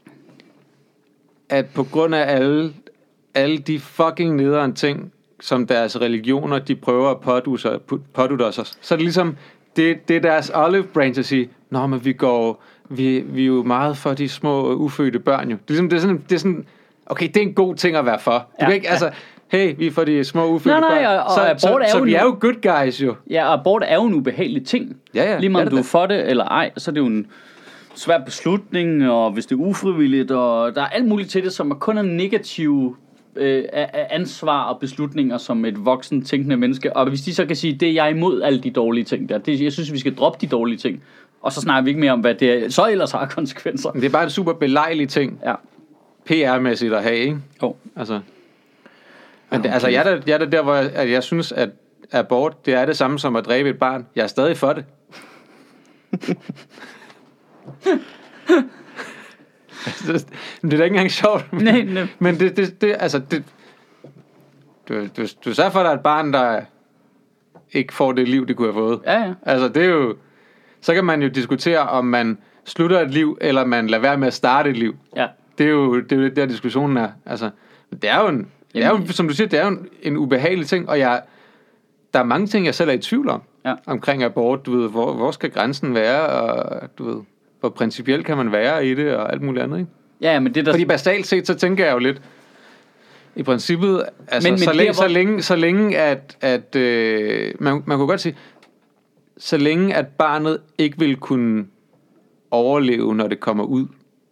at på grund af alle, alle de fucking nederen ting, som deres religioner, de prøver at pådutte, pådutte os, så er det ligesom, det, det er deres olive branch at sige, nå, men vi går, vi, vi er jo meget for de små ufødte børn jo. Det er, ligesom, det er, sådan, det er sådan, okay, det er en god ting at være for. Du Ja, kan ikke, altså, hey, vi er for de små ufødte Nej, nej, børn. og- og så, abort så, er så jo vi nu- er jo good guys jo. Ja, og abort er jo en ubehagelig ting. Ja, ja, Lige meget det om er du er det for det eller ej, så er det jo en svær beslutning, og hvis det er ufrivilligt, og der er alt muligt til det, som er kun er negative øh, ansvar og beslutninger som et voksen tænkende menneske, og hvis de så kan sige, det er jeg imod alle de dårlige ting der, det, jeg synes, vi skal droppe de dårlige ting, og så snakker vi ikke mere om, hvad det så ellers har konsekvenser. Det er bare en super belejlig ting, ja. P R-mæssigt at have, ikke? Jo. Altså, men det, altså jeg, er der, jeg er der, der hvor jeg, at jeg synes, at abort, det er det samme som at dræbe et barn. Jeg er stadig for det. Det er da ikke engang sjovt. Nej, nej. Men det, det, det altså, det, du, du, du sørger for, at der er et barn, der ikke får det liv, det kunne have fået. Ja, ja. Altså, det er jo, så kan man jo diskutere, om man slutter et liv, eller man lader være med at starte et liv. Ja. Det er jo det, er jo der diskussionen er. Altså, det er jo en, det er jo, som du siger, det er jo en, en ubehagelig ting, og jeg, der er mange ting, jeg selv er i tvivl om, ja. Omkring abort. Du ved, hvor, hvor skal grænsen være, og du ved, hvor principielt kan man være i det, og alt muligt andet, ikke? Ja, men det der... Fordi basalt set, så tænker jeg jo lidt, i princippet, altså, men, men så, længe, der, hvor... så længe, så længe, at, at øh, man, man kunne godt sige, så længe, at barnet ikke vil kunne overleve, når det kommer ud,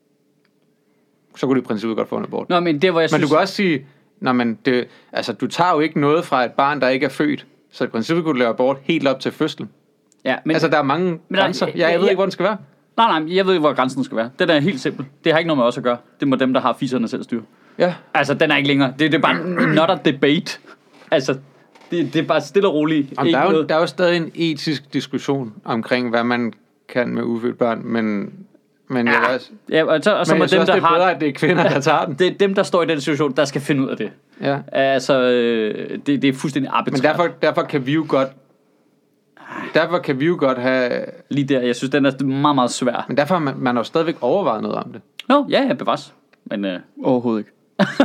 så kunne det i princippet godt få en abort. Nå, men det, hvor jeg men synes... du kan også sige, når man, det, altså, du tager jo ikke noget fra et barn, der ikke er født, så i princippet kunne du lave abort helt op til fødslen. Ja, men... Altså, der er mange men grænser. Der, jeg, jeg ved ja, ikke, hvor den skal være. Nej, nej, jeg ved ikke, hvor grænsen skal være. Den er helt simpel. Det har ikke noget med os at gøre. Det må dem, der har fisserne selv styre. Ja. Altså, den er ikke længere. Det, det er bare not a debate. Altså, det, det er bare stille og roligt. Jamen, der, er jo, der er jo stadig en etisk diskussion omkring, hvad man kan med ufødt børn, men... Men, ja, jeg, også, ja, og så, og så men jeg dem, synes, der det er har, bedre, at det er kvinder, der tager den. Det er dem, der står i den situation, der skal finde ud af det. Ja. Altså, øh, det, det er fuldstændig arbitrært. Men derfor, derfor kan vi jo godt... Derfor kan vi jo godt have... Lige der, jeg synes, den er meget, meget svær. Men derfor har man, man har jo stadigvæk overvejet noget om det. Nå, ja, ja, bevares. Men øh... overhovedet ikke.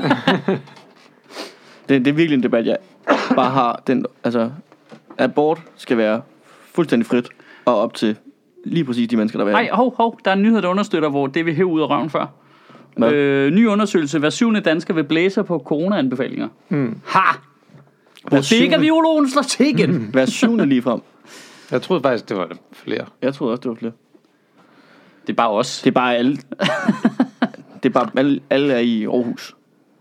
det, det er virkelig en debat, jeg bare har. Den, altså, abort skal være fuldstændig frit og op til lige præcis de mennesker, der vil. Nej, hov, hov, der er en nyhed, der understøtter, hvor det vi hæver ud af røven før. Øh, ny undersøgelse. Hver syvende dansker vil blæse på corona-anbefalinger. Mm. Ha! Bodega-biologen slår til igen. Mm. Hver syvende lige frem. Jeg troede faktisk, det var flere. Jeg troede også, det var flere. Det er bare os. Det er bare alle. Det er bare alle, alle er i Aarhus.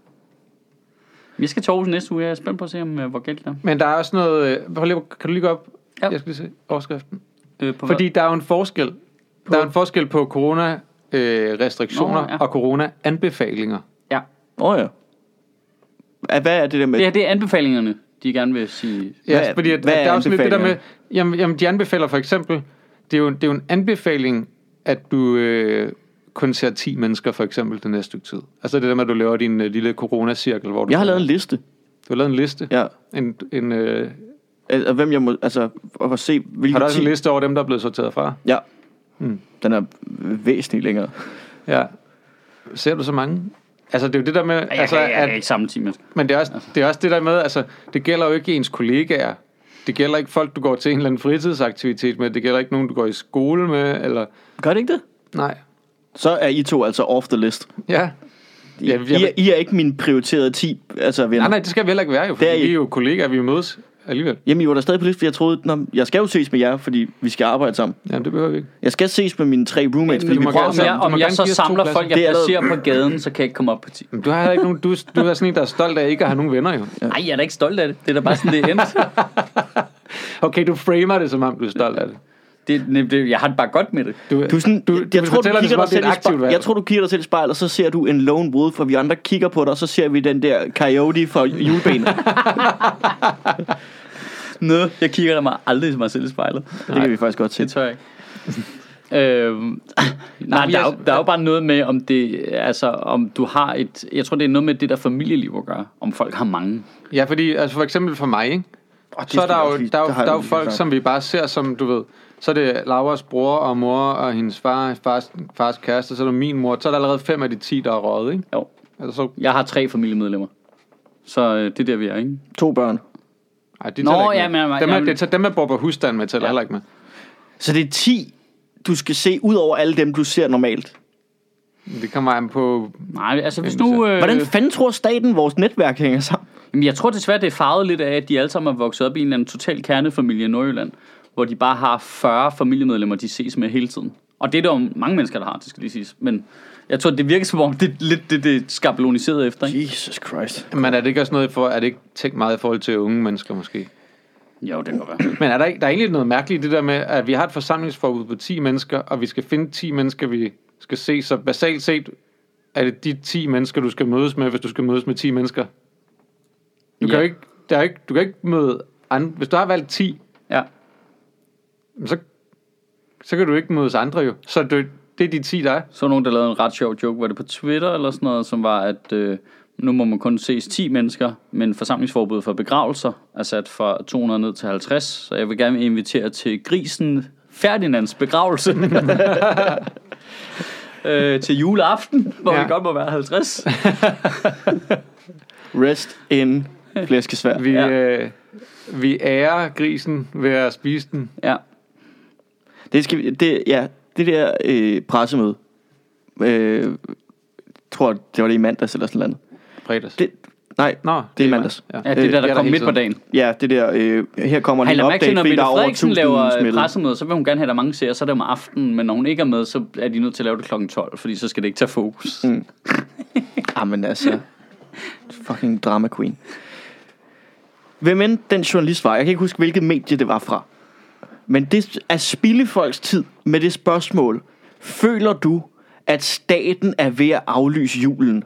Vi skal til Aarhus næste uge. Jeg er spændt på at se, om hvor galt det er. Men der er også noget... Kan du lige gå op? Ja. Jeg skal lige se overskriften. Øh, på Fordi hvad? Der er jo en forskel. På? Der er en forskel på corona-restriktioner øh, ja. og corona-anbefalinger. Ja. Åh oh, ja. Hvad er det der med? Det, her, det er anbefalingerne, de gerne vil sige. Ja, hvad, fordi at, hvad at der er også lidt det der med... med... Jamen, jamen, de anbefaler for eksempel... Det er jo, det er jo en anbefaling, at du øh, kun ser ti mennesker for eksempel den næste stykke tid. Altså det der med, at du laver din øh, lille coronacirkel, hvor du... Jeg har lavet en liste. Du har lavet en liste? Ja. En... en øh, Altså, hvem jeg må... Altså, at se, hvilke har du også ti... en liste over dem, der er blevet sorteret fra? Ja. Hmm. Den er væsentligt længere. Ja. Ser du så mange? Altså, det er jo det der med... Ja, jeg, altså, jeg, jeg, at, jeg ikke samme time. men det er, også, det er også det der med, altså, det gælder jo ikke ens kollegaer. Det gælder ikke folk, du går til en eller anden fritidsaktivitet med. Det gælder ikke nogen, du går i skole med, eller... Gør det ikke det? Nej. Så er I to altså off the list. Ja. I, ja, I, er, I er ikke min prioriterede ti, altså venner. Nej, nej, det skal vi heller ikke være jo, fordi er I... vi er jo kollegaer, vi mødes alligevel. Jamen, I var der stadig på liste, for jeg troede, når jeg skal jo ses med jer, fordi vi skal arbejde sammen. Jamen, det behøver vi ikke. Jeg skal ses med mine tre roommates, fordi vi prøver om jeg, om jeg så samler folk, jeg placerer på gaden, så kan jeg ikke komme op på ti. Men du har ikke nogen, du, du er sådan en, der er stolt af ikke at have nogen venner, jo. Nej, jeg er da ikke stolt af det. Det er da bare sådan, det er endt. Okay, du framer det, som om du er stolt af det. Det, det, jeg har det bare godt med det. Du, du, sådan, du, jeg, tror, du kigger dig selv i spejl, jeg tror, du kigger dig selv i spejl, og så ser du en lone wolf, og vi andre kigger på dig, og så ser vi den der coyote fra julebenet. Nå, jeg kigger der mig aldrig til mig selv i spejlet. Det kan vi faktisk godt se. Det tør jeg ikke. øhm, nej, der er, jo, der er jo bare noget med, om det, altså, om du har et, jeg tror, det er noget med det der familieliv at gøre, om folk har mange. Ja, fordi, altså for eksempel for mig, ikke? Oh, så er der jo, der er jo, der er jo folk, som vi bare ser som, du ved, så er det Lauras bror og mor og hendes far, fars, fars kæreste, så er det min mor, så er der allerede fem af de ti, der er røget, ikke? Jo. Altså, så... Jeg har tre familiemedlemmer, så øh, det er der, vi er, ikke? To børn. Nej, de tæller ikke ja, men, dem, er, jamen, det, dem, der bor på husstand med, tæller ja. heller ikke med. Så det er ti, du skal se, ud over alle dem, du ser normalt? Det kommer an på... Nej, altså hvis nu... Øh... Hvordan fanden tror staten, vores netværk hænger sammen? Jamen, jeg tror desværre, det er farvet lidt af, at de alle sammen er vokset op i en eller anden total kernefamilie i Nordjylland, hvor de bare har fyrre familiemedlemmer, de ses med hele tiden. Og det er der jo mange mennesker, der har, det skal lige siges. Men jeg tror, det virker som om, det er lidt det, det er skabeloniseret efter, ikke? Jesus Christ. Men er det ikke også noget for, er det ikke tænkt meget i forhold til unge mennesker måske? Jo, det kan være. Men er der ikke, der er egentlig noget mærkeligt i det der med, at vi har et forsamlingsforbud på ti mennesker, og vi skal finde ti mennesker, vi skal se, så basalt set er det de ti mennesker, du skal mødes med, hvis du skal mødes med ti mennesker. Du Ja. kan jo ikke, der er ikke, du kan ikke møde andre. Hvis du har valgt ti, Ja. så, så kan du ikke mødes andre jo. Så det, det er de ti, der er. Så var nogen, der lavede en ret sjov joke, var det på Twitter eller sådan noget, som var, at øh, nu må man kun ses ti mennesker, men forsamlingsforbud for begravelser er sat fra to hundrede ned til halvtreds, så jeg vil gerne invitere til grisen Ferdinands begravelse. øh, til juleaften, hvor ja. vi godt må være halvtreds. Rest in flæskesvær. Vi, Ja. øh, vi ærer grisen ved at spise den. Ja. Det skal vi, det, ja, det der øh, pressemøde, øh, tror det var det i mandags eller sådan noget. Fredags. Det, nej, Nå, det er mandags. Ja. Ja, det er der, det er der kom hele midt på tiden. dagen. Ja, det der, øh, her kommer Han en lader mærke til, update, når fordi Mette der er over Frederiksen tusind laver smittet. pressemøde, så vil hun gerne have, at der er mange ser, så er det om aftenen, men når hun ikke er med, så er de nødt til at lave det klokken tolv, fordi så skal det ikke tage fokus. Mm. Jamen altså, fucking drama queen. Hvem end den journalist var, jeg kan ikke huske, hvilket medie det var fra, men det er spilde folks tid med det spørgsmål: føler du, at staten er ved at aflyse julen?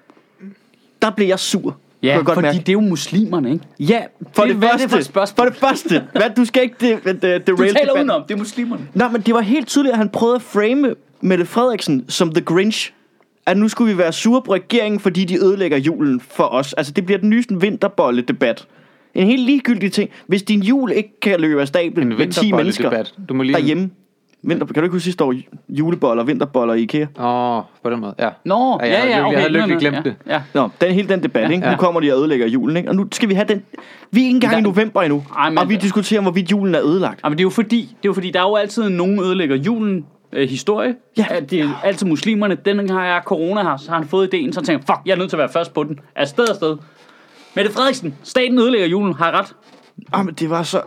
Der blev jeg sur. Ja, Kunne jeg godt fordi mærke. det er jo muslimerne, ikke? Ja, for Det- det, hvad er første, det for et spørgsmål? for det første, hvad, du skal ikke det, det, det, Du rail taler debat. udenom, det er muslimerne. Nej, men det var helt tydeligt, at han prøvede at frame Mette Frederiksen som The Grinch. At nu skulle vi være sure på regeringen, fordi de ødelægger julen for os. Altså, det bliver den nye vinterbolle-debat. En helt ligegyldig ting. Hvis din jul ikke kan løbe af stablen En med ti mennesker vinterbolledebat. Du må lige... derhjemme. Vinter, kan du ikke huske sidste år? Juleboller, vinterboller i IKEA. Åh, oh, på den måde, ja. Nå, Ja, ja, jeg ja, havde okay. lykkelig- jeg havde nå, nå, lykkelig glemt ja, det. Ja. Nå, den hele den debat, Ja. ikke? Ja. Nu kommer de og ødelægger julen, ikke? Og nu skal vi have den... Vi er ikke engang Der- i november endnu. Ej, men- Og vi diskuterer, hvorvidt julen er ødelagt. Ja, men det er jo fordi, det er jo fordi, der er jo altid nogen ødelægger julen øh, historie. Ja. At det er altid muslimerne. Den gang har jeg corona her, så har han fået ideen, så tænker jeg, fuck, jeg er nødt til at være først på den. Er sted og sted. Mette Frederiksen, staten ødelægger julen, har jeg ret? Ah, men det var så...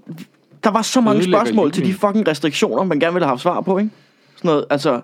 Der var så mange Ødelægger spørgsmål til de julen. fucking restriktioner, man gerne ville have haft svar på, ikke? Sådan noget, altså...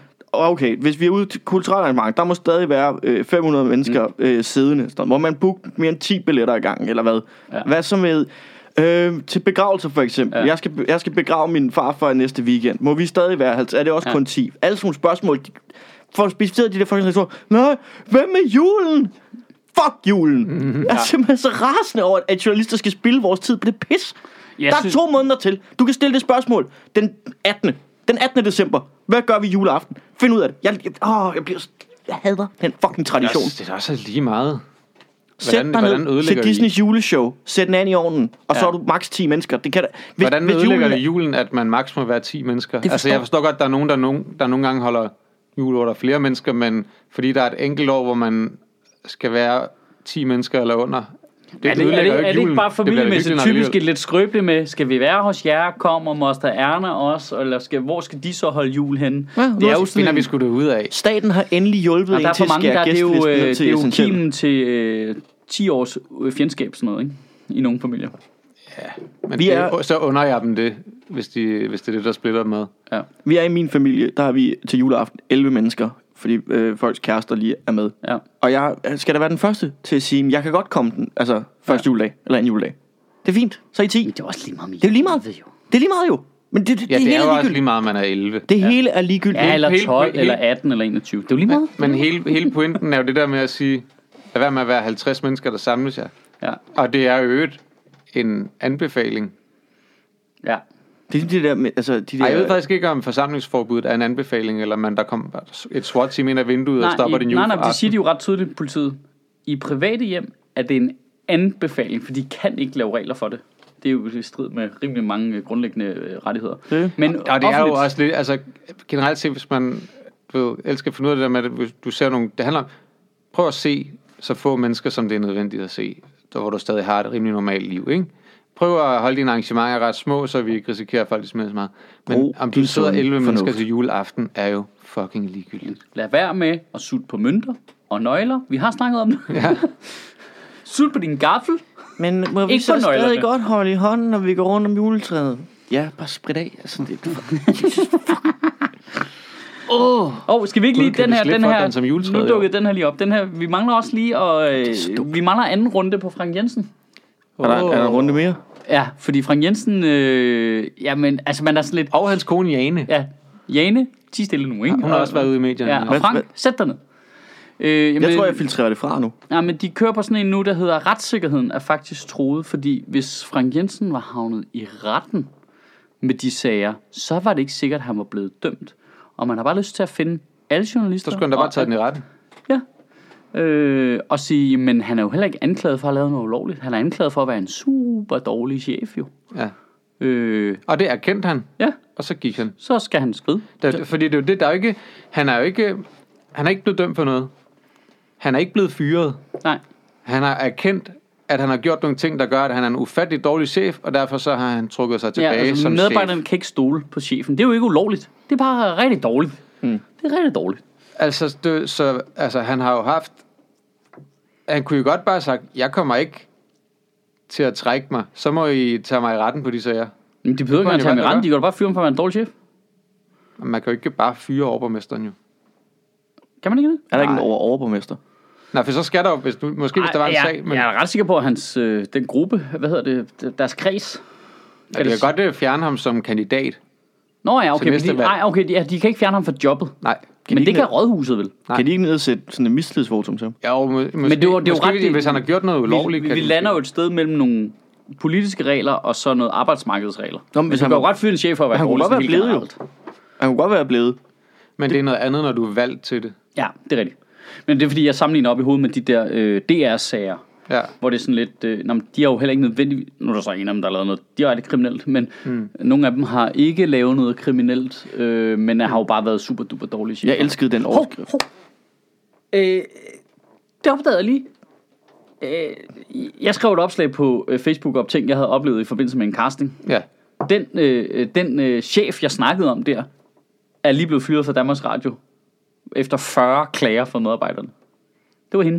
Okay, hvis vi er ude til kulturelt arrangement, der må stadig være øh, fem hundrede mennesker øh, siddende. Sådan noget. Må man booke mere end ti billetter i gang, eller hvad? Ja. Hvad så med... Øh, til begravelser for eksempel. Ja. Ja. Jeg, skal, jeg skal begrave min farfar næste weekend. Må vi stadig være halvtreds? Er det også Ja. ja. kun ti? Alle sådan nogle spørgsmål. De, folk specificerede de der fucking historier. Nej, hvad med julen? Fuck julen. Mm-hmm. Jeg er simpelthen så rasende over, at journalister skal spille vores tid på det pis. Jeg Der er synes- to måneder til. Du kan stille det spørgsmål den attende. Den attende december. Hvad gør vi juleaften? Find ud af det. Jeg, jeg, åh, jeg bliver... Jeg hader den fucking tradition. Det er, det er også lige meget. Sæt Hvordan, dig hvordan ned, ødelægger sæt vi- Disneys juleshow. Sæt den an i ovnen. Og så Ja. er du maks ti mennesker. Det kan da... Hvis, Hvordan hvis ødelægger julen det er- julen, at man maks må være ti mennesker? Det Altså, forstår- jeg forstår godt, at der er nogen, der, nogen, der nogle gange holder jul, hvor der er flere mennesker, men fordi der er et enkelt år, hvor man skal være ti mennesker eller under. Det Er det, er ødelægger det, jo er det ikke julen. bare Det bliver da familiemæssigt hyggeligt nok typisk alligevel. et lidt skrøbeligt med, skal vi være hos jer, kommer moster Erna også, eller skal, hvor skal de så holde jul henne? Ja, det er nu jo er- sådan Finder en, vi sgu det ud af. Staten har endelig hjulpet og der en er til for at mange, der skære er det jo, gæstelisten øh, ned det til er jo essentielt. kimen til øh, ti års øh, fjendskab, sådan noget, ikke? I nogle familier. Men Vi det, er- så under jeg dem det, hvis, de, hvis det er det, der splitter dem med. Ja. Vi er i min familie, der har vi til juleaften elleve mennesker, fordi øh, folks kærester lige er med. Ja. Og jeg skal da være den første til at sige, jeg kan godt komme den, altså første Ja. juledag, eller anden juledag. Det er fint, så er I ti. Det er også lige meget med Det er jo lige meget. jo. Det er lige meget jo. Men det, det, Ja, det, det hele er jo er også lige ligegyldigt. meget, man er elleve. Det hele er ligegyldigt. Ja, eller Helt- tolv, helt- eller atten, eller enogtyve. Det er jo lige meget. Men hele, hele pointen er jo det der med at sige, lad være med at være halvtreds mennesker, der samles jer. Ja. Og det er jo øvrigt en anbefaling. Ja. Det er det der med, altså de der... Ej, jeg ved faktisk ikke, om forsamlingsforbuddet er en anbefaling, eller man der kommer et SWAT-team ind ad vinduet og stopper i, din jul nej, for nej, det aften. siger de jo ret tydeligt, politiet. I private hjem er det en anbefaling, for de kan ikke lave regler for det. Det er jo i strid med rimelig mange øh, grundlæggende øh, rettigheder. Det. Men Og det er jo offentligt- også lidt, altså generelt set, hvis man du ved, elsker at finde ud af det der med, at hvis du ser nogle, det handler om, prøv at se så få mennesker, som det er nødvendigt at se, der hvor du stadig har et rimelig normalt liv, ikke? Prøv at holde dine arrangementer ret små, så vi ikke risikerer, at folk de smider så meget. Men Brug om du din sidder sunde elleve fornuft. mennesker til juleaften, er jo fucking ligegyldigt. Lad være med at sutte på mønter og nøgler. Vi har snakket om det. Ja. Sut på din gaffel. Men må vi Ikke så på nøglerne. stadig godt holde i hånden, når vi går rundt om juletræet? Ja, bare sprit af. Altså, det, Jesus, fuck. Åh, oh. oh, skal vi ikke lige Gud, kan den vi her, slippe den for her, den som juletræet nu i år? dukkede den her lige op. Den her, vi mangler også lige, og øh, vi mangler anden runde på Frank Jensen. Er der, er der en runde mere? Ja, fordi Frank Jensen, øh, jamen, altså man er sådan lidt, Og hans kone Jane. ja, Jane, ti stille nu, ikke? Hun har også været ude i medierne. Ja, og Frank, sæt dig ned. Øh, jamen, Jeg tror, jeg filtrerer det fra nu. Ja, men de kører på sådan en nu, der hedder retssikkerheden er faktisk troet, fordi hvis Frank Jensen var havnet i retten med de sager, så var det ikke sikkert, at han var blevet dømt. Og man har bare lyst til at finde alle journalister. Så skulle han da bare og- tage den i retten. Ja. Øh, og sige, men han er jo heller ikke anklaget for at have lavet noget ulovligt. Han er anklaget for at være en super dårlig chef, jo. Ja. Øh, Og det erkendte han, ja, og så gik han. så skal han skride. Der, fordi det er jo det, der er jo ikke... Han er jo ikke... Han er ikke blevet dømt for noget. Han er ikke blevet fyret. Nej. Han har erkendt, at han har gjort nogle ting, der gør, at han er en ufattelig dårlig chef, og derfor så har han trukket sig Ja, tilbage altså, som medarbejderne chef. kan ikke stole på chefen. Det er jo ikke ulovligt. Det er bare rigtig dårligt. Hmm. Det er rigtig dårligt. Altså, det, så, altså, han har jo haft... Han kunne jo godt bare have sagt, jeg kommer ikke til at trække mig. Så må I tage mig i retten på de sager. Men de behøver ikke kunne engang tage han ham i jo retten. godt De kan jo bare fyre ham for at være en dårlig chef. Man kan jo ikke bare fyre overborgmesteren jo. Kan man ikke det? Er der ikke en Nej. over overborgmester? Nej, for så skal der jo, hvis du, måske hvis der var en Ej, sag, jeg, men jeg er ret sikker på, at hans, øh, den gruppe, hvad hedder det, deres kreds. ja, det kan godt øh, fjerne ham som kandidat. Nå ja, okay, til men næste de, valg. ej, okay de, ja, de kan ikke fjerne ham fra jobbet. Nej. Men de det ikke- kan rådhuset vel. Nej. Kan de ikke nedsætte sådan en mistillidsvotum til ham? Ja, og må, måske, Men det var, det var måske, ret, det, hvis han har gjort noget ulovligt. Vi, kan vi det lander måske- jo et sted mellem nogle politiske regler og så noget arbejdsmarkedsregler. Nå, men Hvis hvis han han kan jo var- godt fyre en chef for at være Han kunne dårlig, godt være sådan blevet helt jo. generelt. Han kunne godt være blevet. Men det er noget andet, når du er valgt til det. Ja, det er rigtigt. Men det er fordi, jeg sammenligner op i hovedet med de der øh, D R-sager. Ja. Hvor det er sådan lidt, øh, nå, men de har jo heller ikke nødvendigvis, nu er der så en af dem, der har lavet noget direkte kriminelt, men mm. nogle af dem har ikke lavet noget kriminelt, øh, men har jo bare været super duper dårlige chefer. Jeg elskede den Hov, overskrift. hov. Øh, det opdagede jeg lige. Øh, jeg skrev et opslag på øh, Facebook om ting, jeg havde oplevet i forbindelse med en casting. Ja. Den, øh, den øh, chef, jeg snakkede om der, er lige blevet fyret fra Danmarks Radio efter fyrre klager fra medarbejderne. Det var hende.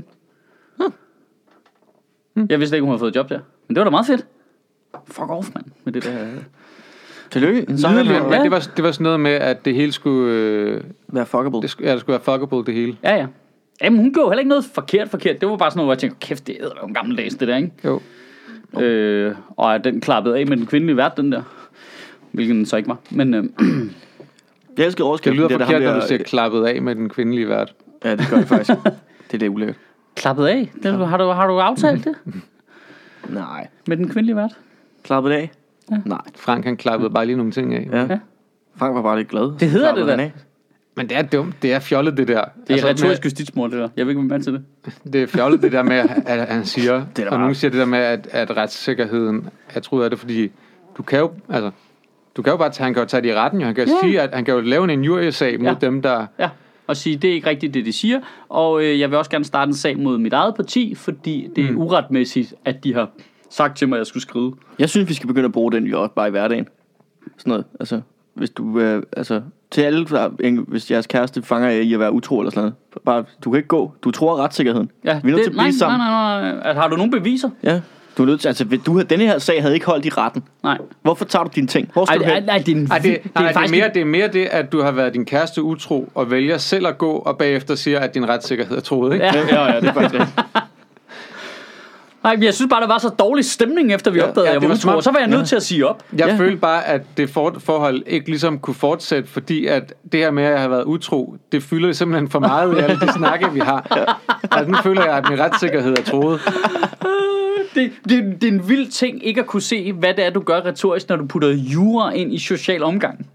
Hmm. Jeg vidste ikke, hun havde fået job der. Men det var da meget fedt. Fuck off, mand. Med det der... Tillykke. Så Yderligere. han Men Ja. det, var, det var sådan noget med, at det hele skulle... Øh, være fuckable. det, skulle, ja, det skulle være fuckable, det hele. Ja, ja. Jamen, hun gjorde heller ikke noget forkert forkert. Det var bare sådan noget, hvor jeg tænkte, kæft, det er jo gammeldags, det der, ikke? Jo. Øh, og at den klappede af med den kvindelige vært, den der. Hvilken den så ikke var. Men øh, Jeg elskede Det overskriften. lyder der, der forkert, ham når du der- siger klappet af med den kvindelige vært. Ja, det gør det faktisk. Det er det ulækkert. klappede af. Det, har, du, har du aftalt det Nej. med den kvindelige vært? Klappet af? Ja. Nej. Frank, han klappede bare lige nogle ting af. Ja. Ja. Frank var bare lidt glad. Det hedder Klappede det han da. af. Men det er dumt. Det er fjollet, det der. Det er altså, retorisk justitsmord, det der. Jeg vil ikke være med til det. Det er fjollet, det der med, at han siger, Det er da og bare- nogen siger det der med, at, at retssikkerheden, jeg tror, at det er fordi, du kan jo, altså, du kan jo bare tage, han kan jo tage det i retten, jo. Han kan jo Ja. sige, at han kan jo lave en injuriesag mod Ja. dem, der, Ja, og sige, det er ikke rigtigt, det de siger. Og øh, jeg vil også gerne starte en sag mod mit eget parti, fordi det er mm. uretmæssigt, at de har sagt til mig, at jeg skulle skrive. Jeg synes, vi skal begynde at bruge den jo også bare i hverdagen. Sådan noget. Altså, hvis du... Øh, altså, til alle, der, hvis jeres kæreste fanger jer i at være utro eller sådan noget. Bare, du kan ikke gå. Du tror retssikkerheden. Ja, Vi er nødt det, til at nej, blive sammen. nej, nej, nej. At, har du nogle beviser? Ja. Du er nødt til... Altså, du, denne her sag havde ikke holdt i retten. Nej. Hvorfor tager du dine ting? Hvor skal Ej, du ej, hen? nej, det er, en, Ej, det, det, nej, det nej, er det, er faktisk mere, det er mere det, at du har været din kæreste utro, og vælger selv at gå, og bagefter siger, at din retssikkerhed er troet, ikke? Ja. Ja, ja, det er faktisk rigtigt. Nej, men jeg synes bare, der var så dårlig stemning, efter vi Ja, opdagede, ja, at jeg det var var utro. som om- Og så var jeg nødt ja. til at sige op. Jeg Ja. følte bare, at det for, forhold ikke ligesom kunne fortsætte, fordi at det her med, at jeg har været utro, det fylder simpelthen for meget i alle de snakke, vi har. Ja. Altså, nu føler jeg, at min retssikkerhed er troet. Det, det, det er en vild ting ikke at kunne se, hvad det er, du gør retorisk, når du putter jura ind i social omgang.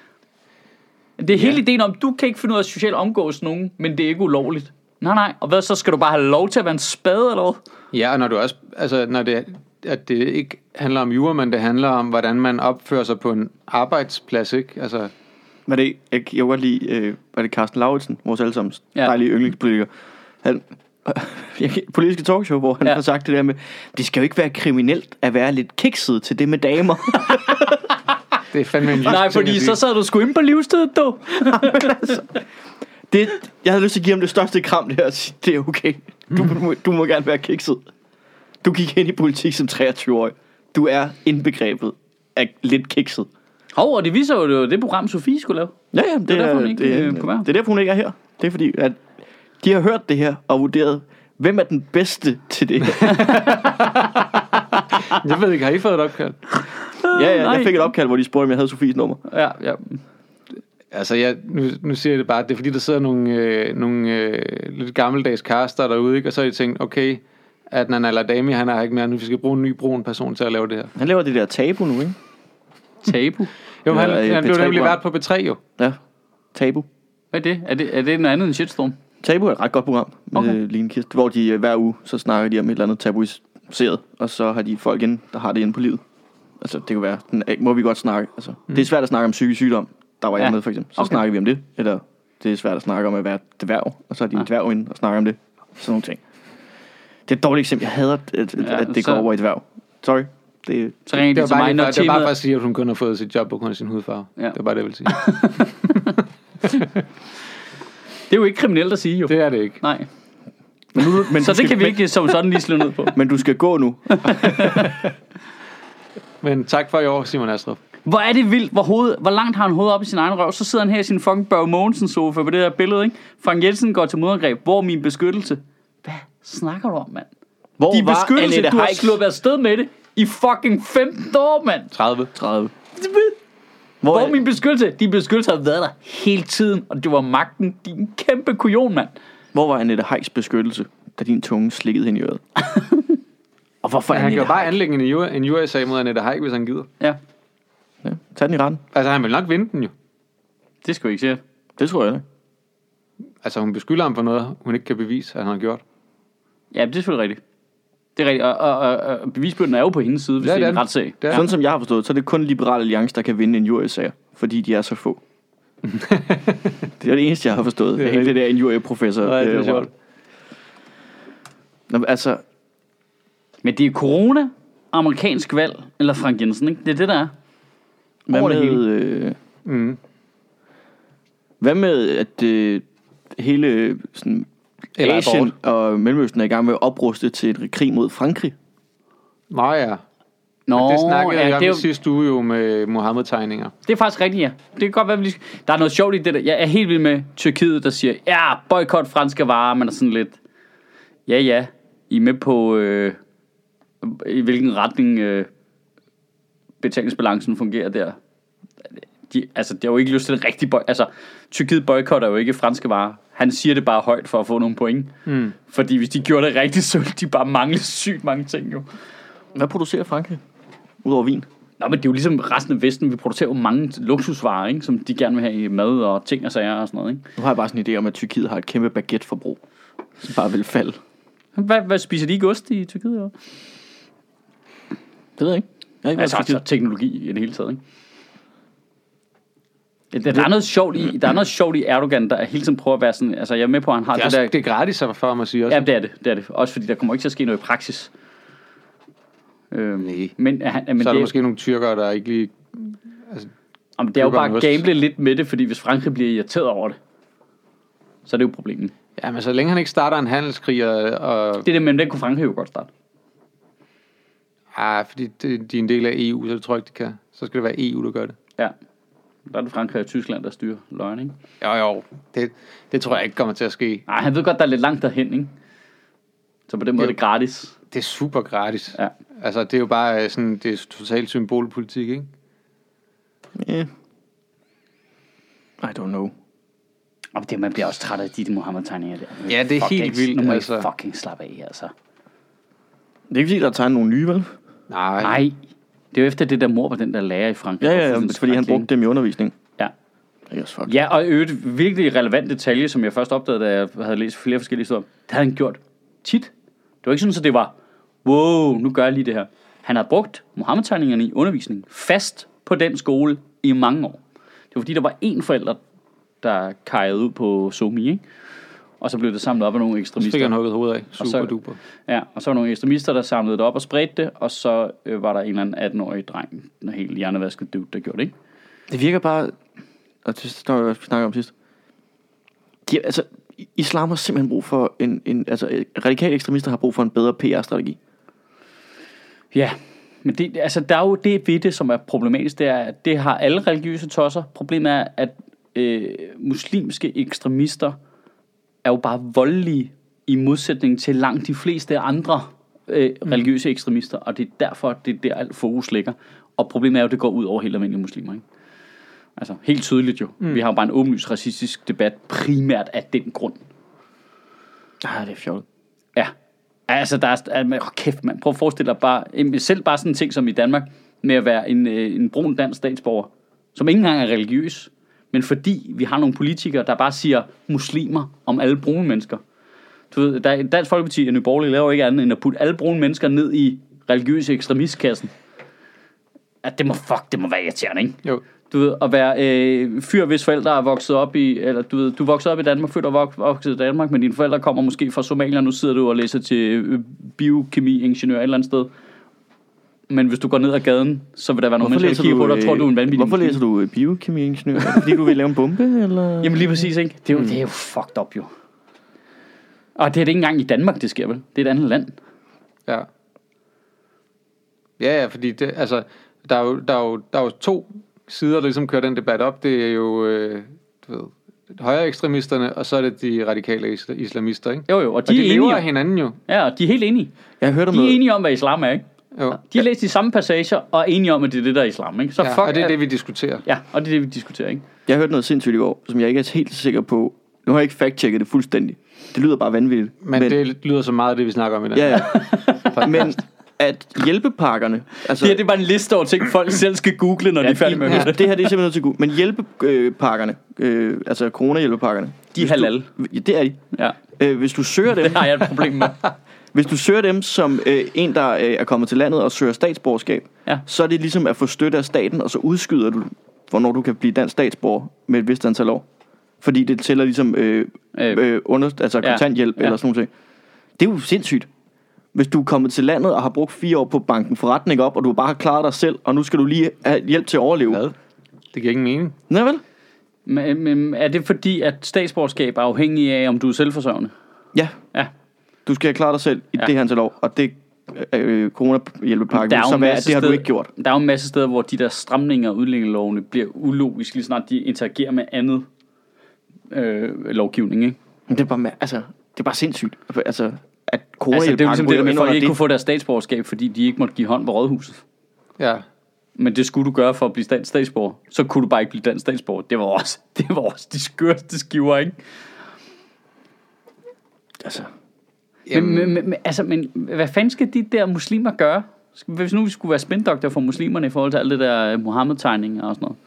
Det er hele ideen om, du kan ikke finde ud af social omgås nogen, men det er ikke ulovligt. Nej, nej. Og hvad så, skal du bare have lov til at være en spade, eller hvad? Ja, og når du også, altså, når det, at det ikke handler om jura, men det handler om, hvordan man opfører sig på en arbejdsplads, ikke? Altså, Var det, jeg, jeg var godt lide, øh, var det Carsten Lauritsen, vores allesammens Ja. ja. dejlige yndlingspolitiker. Han, politiske talkshow, hvor han Ja. ja. har sagt det der med, det skal jo ikke være kriminelt at være lidt kikset til det med damer. det er fandme en jysk Nej, ting fordi at sige. så sad du sgu ind på livsstedet, du. Det, jeg havde lyst til at give ham det største kram der og sige, det er okay. Du, du, må, du må gerne være kikset. Du gik ind i politik som treogtyve-årig. Du er indbegrebet af lidt kikset. Hov, og det viser jo det, det program, Sofie skulle lave. Ja, ja, det, det er derfor, er, hun ikke det, øh, er, kunne være. det er derfor, hun ikke er her. Det er fordi, at de har hørt det her og vurderet, hvem er den bedste til det her. Jeg ved ikke, har I fået et opkald? Ja, ja, jeg fik et opkald, hvor de spurgte, om jeg havde Sofies nummer. Ja, ja. Altså, jeg, nu, nu siger jeg det bare, det er fordi, der sidder nogle, øh, nogle øh, lidt gammeldags caster derude, ikke? Og så har de tænkt, okay, at Nana Ladami, han er ikke mere, nu vi skal bruge en ny brun person til at lave det her. Han laver det der Tabu nu, ikke? Tabu? Jo, men Ja, han, han B blev tre nemlig program. vært på B tre jo. Ja, Tabu. Hvad er det? Er det, er det noget andet end Shitstorm? Tabu er et ret godt program med Okay. okay. Line Kirst, hvor de øh, hver uge, så snakker de om et eller andet tabuiseret, og så har de folk inde, der har det inde på livet. Altså, det kan være, den, må vi godt snakke. Altså, mm. Det er svært at snakke om psykisk sygdom. Der var jeg Ja. med, for eksempel. Så Okay. okay. snakker vi om det. Eller det er svært at snakke om at være dværg, og så har de en Ja. dværg inde og snakker om det. Sådan nogle ting. Det er et dårligt eksempel. Jeg hader, at, at, Ja, at det så- går over i dværg. Sorry. Det, Så ringer Det de var til bare, mig, lige, når for, det var bare temaet... for at sige, at hun kun har fået sit job på grund af sin hudfarve. Ja. Det var bare det, jeg ville sige. Det er jo ikke kriminelt at sige, jo. Det er det ikke. Nej. men nu, men Så du det skal, kan vi ikke som sådan lige slå ned på. Men du skal gå nu. Men tak for i år, Simon Astrup. Hvor er det vildt, hvor, hoved, hvor langt har han hovedet op i sin egen røv. Så sidder han her i sin fucking Børge Mogensen sofa på det her billede, ikke? Frank Jensen går til modangreb. Hvor er min beskyttelse? Hvad snakker du om, mand? Hvor Din var beskyttelse, Annette du har Heick? sluppet afsted med det i fucking femten år, mand. tredive. tredive. Hvor Hvor er min beskyttelse? Din beskyttelse har været der hele tiden, og det var magten. Din kæmpe kujon, mand. Hvor var Annette Heiks beskyttelse, da din tunge slikkede hende i øret? Og hvorfor Ja, han kan Annette jo bare Heick? anlægge en, U- en U S A mod Annette Heick, hvis han gider. Ja, Ja, tag den i retten. Altså, han vil nok vinde den jo. det skal vi ikke sige. Det tror jeg ikke. Altså, hun beskylder ham for noget, hun ikke kan bevise, at han har gjort. Ja, det er selvfølgelig rigtigt. Det er rigtigt, og, og, og, og bevisbyrden er jo på hendes side, hvis Ja, det det er er en den. retssag. Det er Sådan som jeg har forstået, så er det kun Liberal Alliance, der kan vinde en U S A, fordi de er så få. Det er det eneste, jeg har forstået. Det er Det hele det der injurieprofessor. Nej, det er øh, sjovt. Nå, men altså, Men det er corona, amerikansk valg, eller Frank Jensen, ikke? Det er det, der er. hvad Over det med, hele. øh, Mm. hvad med, at øh, hele sådan, Eller Asien og Mellemøsten er i gang med at opruste til et krig mod Frankrig? Nå ja. Nå, Det snakkede ja, jeg om det, er i jo, sidste uge jo med Mohammed-tegninger. det er faktisk rigtigt, ja. Det kan godt være, vi lige... Der er noget sjovt i det der. Jeg er helt vild med Tyrkiet, der siger, ja, boykot franske varer, men er sådan lidt, ja, ja, I er med på, øh, i hvilken retning øh, betalingsbalancen fungerer der. De, altså, det har jo ikke lyst til det rigtige boy. Altså, Tyrkiet boykotter jo ikke franske varer. Han siger det bare højt for at få nogle point. Mm. Fordi hvis de gjorde det rigtigt, så ville de bare mangle sygt mange ting, jo. Hvad producerer Frankrig? Udover vin? Nå, men det er jo ligesom resten af Vesten. Vi producerer jo mange luksusvarer, ikke? Som de gerne vil have i mad og ting og sager og sådan noget, ikke? Nu har jeg bare sådan en idé om, at Tyrkiet har et kæmpe baguetteforbrug, som bare vil falde. Hvad, hvad spiser de ikke ost i Tyrkiet? Jo? Det ved jeg ikke. Jeg har ikke Altså, været i altså Tyrkiet. teknologi i det hele taget, ikke? Der, der, er noget sjovt i, der er noget sjovt i Erdogan, der hele tiden prøver at være sådan... Altså, jeg er med på, at han har Det er, det, også, der... det er gratis så for ham at sige også. Ja, det er det, det er det. Også fordi der kommer ikke til at ske noget i praksis. Øhm, Nej. Men, han, men så er der det, måske nogle tyrkere, der ikke lige... jamen, det er jo køber bare en at ost. gamble lidt med det, fordi hvis Frankrig bliver irriteret over det, så er det jo problemet. Ja, men så længe han ikke starter en handelskrig og... og Det er det, men den kunne Frankrig jo godt starte. ah, fordi det, de er en del af E U, så det tror jeg ikke, det kan. Så skal det være E U, der gør det. Ja. Der er det Frankrig og Tyskland, der styrer løgn, ikke? Jo, jo. Det, det tror jeg ikke kommer til at ske. Nej, han ved godt, der er lidt langt derhen, ikke? Så på den måde Jo. er det gratis. Det er super gratis. Ja. Altså, det er jo bare sådan... Det er totalt symbolpolitik, ikke? Yeah. I don't know. Og det, man bliver også træt af de, de Mohammed-tegninger der. Ja, det er Fucking- helt vildt, Nu må altså. I fucking slappe af, altså. Det er ikke fordi, der er tegnet nogle nye, vel? Nej. Nej, det er jo efter det der mor på den der lærer i Frankrig. Ja, Det var ja, ja, fuldstændig fordi han skrækkeligt, brugte dem i undervisning. Ja. Yes, fuck. Ja, og i øvrigt virkelig relevant detalje, som jeg først opdagede, da jeg havde læst flere forskellige historier. Det havde han gjort tit. Det var ikke sådan, at det var, wow, nu gør jeg lige det her. Han har brugt Mohammed-tegningerne i undervisning fast på den skole i mange år. Det var fordi, der var én forælder, der kajede ud på Somi, ikke? Og så blev det samlet op af nogle Så fik ekstremister. han hugget hovedet af. Og så- Super duper. Ja, og så var der nogle ekstremister, der samlede det op og spredte det, og så øh, var der en eller anden atten-årig dreng, en helt hjernevasket dude, der gjorde det, ikke? Det virker bare... Og det står jeg, vi snakker om sidst. De, altså, islam har simpelthen brug for en... en altså, radikale ekstremister har brug for en bedre P R-strategi. Ja, Men det, altså, der er jo det ved det, som er problematisk, det er, at det har alle religiøse tosser. Problemet er, at øh, muslimske ekstremister er jo bare voldelige i modsætning til langt de fleste andre øh, religiøse ekstremister, og det er derfor, det er der alt fokus ligger. Og problemet er jo, at det går ud over helt almindelige muslimer, ikke? Altså, helt tydeligt jo. Mm. Vi har jo bare en åbenlys racistisk debat, primært af den grund. Ah, det er fjollet. Ja. Altså, der er... Oh, kæft, mand. Prøv at forestille dig bare... Selv bare sådan en ting som i Danmark, med at være en, en brun dansk statsborger, som ikke engang er religiøs, men fordi vi har nogle politikere, der bare siger muslimer om alle brune mennesker. Du ved, der, Dansk Folkeparti og Nye Borgerlige laver ikke andet, end at putte alle brune mennesker ned i religiøse ekstremistkassen. At det må, fuck, det må være irriterende, ikke? Jo. Du ved, at være øh, fyr, hvis forældre er vokset op i, eller du ved, du er vokset op i Danmark, født og vok- vokset i Danmark, men dine forældre kommer måske fra Somalia, nu sidder du og læser til øh, biokemi-ingeniør et eller andet sted. Men hvis du går ned ad gaden, så vil der være nogle mennesker, der kigger på dig, og tror, du er en vanvittig. Hvorfor læser du biokemi-ingeniør? Er det fordi, du vil lave en bombe, eller? Jamen lige præcis, ikke? Det er jo, mm. det er jo fucked up, jo. Og det er det ikke engang i Danmark, det sker vel? Det er et andet land. Ja. Ja, ja, fordi det, altså, der er jo, der er jo, der er jo to sider, der ligesom kører den debat op. Det er jo, øh, du ved, højre ekstremisterne, og så er det de radikale islamister, ikke? Jo, jo, og de, og de er lever enige af hinanden jo. Ja, og de er helt enige. Jeg har hørt om de er noget. enige om, hvad islam er, ikke? Jo. De har læst de samme passager, og er enige om, at det er det, der er islam, ikke? Så ja, fuck, og det er det, vi diskuterer. Ja, og det er det, vi diskuterer, ikke? Jeg har hørt noget sindssygt i går, som jeg ikke er helt sikker på. Nu har jeg ikke fact-checket det fuldstændig. Det lyder bare vanvittigt. Men, men det lyder så meget af det, vi snakker om i dag. Ja, ja. Men at hjælpepakkerne... Altså, det her, det er bare en liste over ting, folk selv skal google, når ja, de er færdige med ja, det. Det her, det er simpelthen noget til google. Men hjælpepakkerne, øh, altså coronahjælpepakkerne... De er halal. Du, ja, det er de. Ja. Øh, hvis du søger dem... Det har jeg et problem med. Hvis du søger dem som øh, en, der øh, er kommet til landet og søger statsborgerskab, ja. så er det ligesom at få støtte af staten, og så udskyder du, hvornår du kan blive dansk statsborger med et vist antal år. Fordi det tæller ligesom øh, øh, under, altså kontanthjælp ja. eller sådan noget. Det er jo sindssygt. Hvis du er kommet til landet og har brugt fire år på banken forretning op, og du bare har klaret dig selv, og nu skal du lige have hjælp til at overleve. Hvad? Det giver ingen mening. Nej vel? Men, men er det fordi, at statsborgerskab er afhængig af, om du er selvforsørgende? Ja. Ja. Du skal klare dig selv i ja. det her antal år, og det øh, coronahjælpepakke, så hvad, det har sted, du ikke gjort. Der er jo en masse steder, hvor de der stramninger af udlændingelovene bliver ulogiske, lige snart de interagerer med andet øh, lovgivning, ikke? Men det er bare, altså, det er bare sindssygt. Altså, at altså, det er jo ligesom det, at folk ikke det. kunne få deres statsborgerskab, fordi de ikke måtte give hånd på rådhuset. Ja. Men det skulle du gøre for at blive dansk statsborger. Så kunne du bare ikke blive dansk statsborger. Det var også, det var også de skørste skiver, ikke? Altså... Men, men, men, altså, men hvad fanden skal de der muslimer gøre? Hvis nu vi skulle være spindoktor for muslimerne i forhold til alt det der Mohammed-tegninger og sådan noget.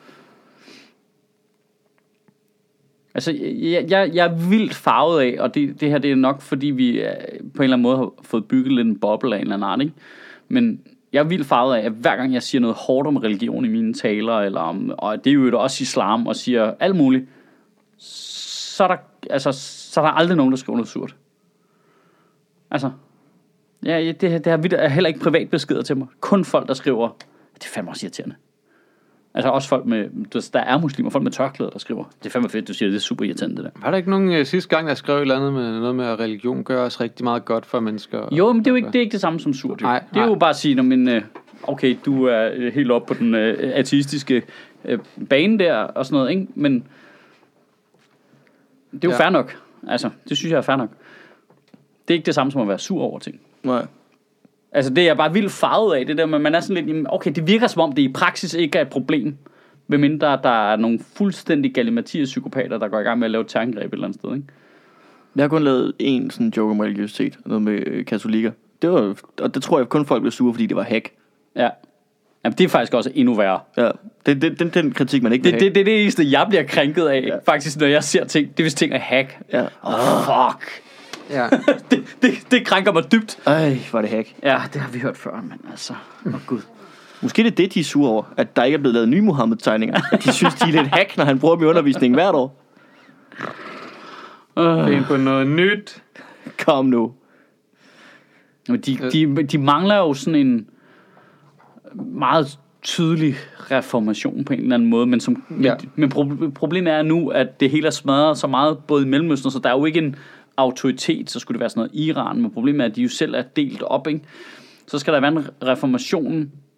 Altså, jeg, jeg, jeg er vildt farvet af, og det, det her det er nok, fordi vi på en eller anden måde har fået bygget lidt en boble af en eller anden art, ikke? Men jeg er vildt farvet af, at hver gang jeg siger noget hårdt om religion i mine taler, eller om, og det er jo også islam, og siger alt muligt, så er der, altså, så er der aldrig nogen, der skriver noget surt. Altså, ja, det, det har heller ikke privat beskeder til mig. Kun folk, der skriver, det er fandme også irriterende. Altså også folk med, der er muslimer, folk med tørklæder, der skriver, det er fandme fedt, du siger, det er super irriterende det der. Var der ikke nogen uh, sidste gang, der skrev et eller andet med noget med, at religion gør os rigtig meget godt for mennesker? Jo, men det er jo ikke det, er ikke det samme som surt. Nej, det er nej. jo bare at sige, men, uh, okay, du er helt oppe på den uh, ateistiske uh, bane der, og sådan noget, ikke? Men det er jo ja. fair nok. Altså, det synes jeg er fair nok. Det er ikke det samme som at være sur over ting. Nej. Altså det er jeg bare vildt farvet af, det der, men man er sådan lidt, okay, det virker som om det i praksis ikke er et problem, medmindre der er nogle fuldstændig galimatias psykopater, der går i gang med at lave terrorangreb et eller andet sted, ikke? Jeg har kun lavet en sådan joke om religiøsitet, noget med katolikker. Det var, og det tror jeg kun folk blev sure, fordi det var hack. Ja. Jamen det er faktisk også endnu værre. Ja, det, det, den, den kritik man ikke det, det, det er det eneste, jeg bliver krænket af, ja. faktisk, når jeg ser ting, det er hvis ting er hack. Ja. Oh, fuck. Ja. det, det, det krænker mig dybt. Ej, var det hack. Ja, det har vi hørt før, men altså, åh oh, gud. Måske det er det, de er sure over, at der ikke er blevet lavet nye Mohammed-tegninger. At de synes, de er lidt hack, når han bruger dem i undervisningen hvert år. Uh. Find på noget nyt. Kom nu. Men de, de, de mangler jo sådan en meget tydelig reformation på en eller anden måde, men, som, ja. men, men problemet er nu, at det hele er smadret så meget, både i Mellemøsten, så der er jo ikke en autoritet, så skulle det være sådan noget Iran, men problemet er, at de jo selv er delt op, ikke? Så skal der være en reformation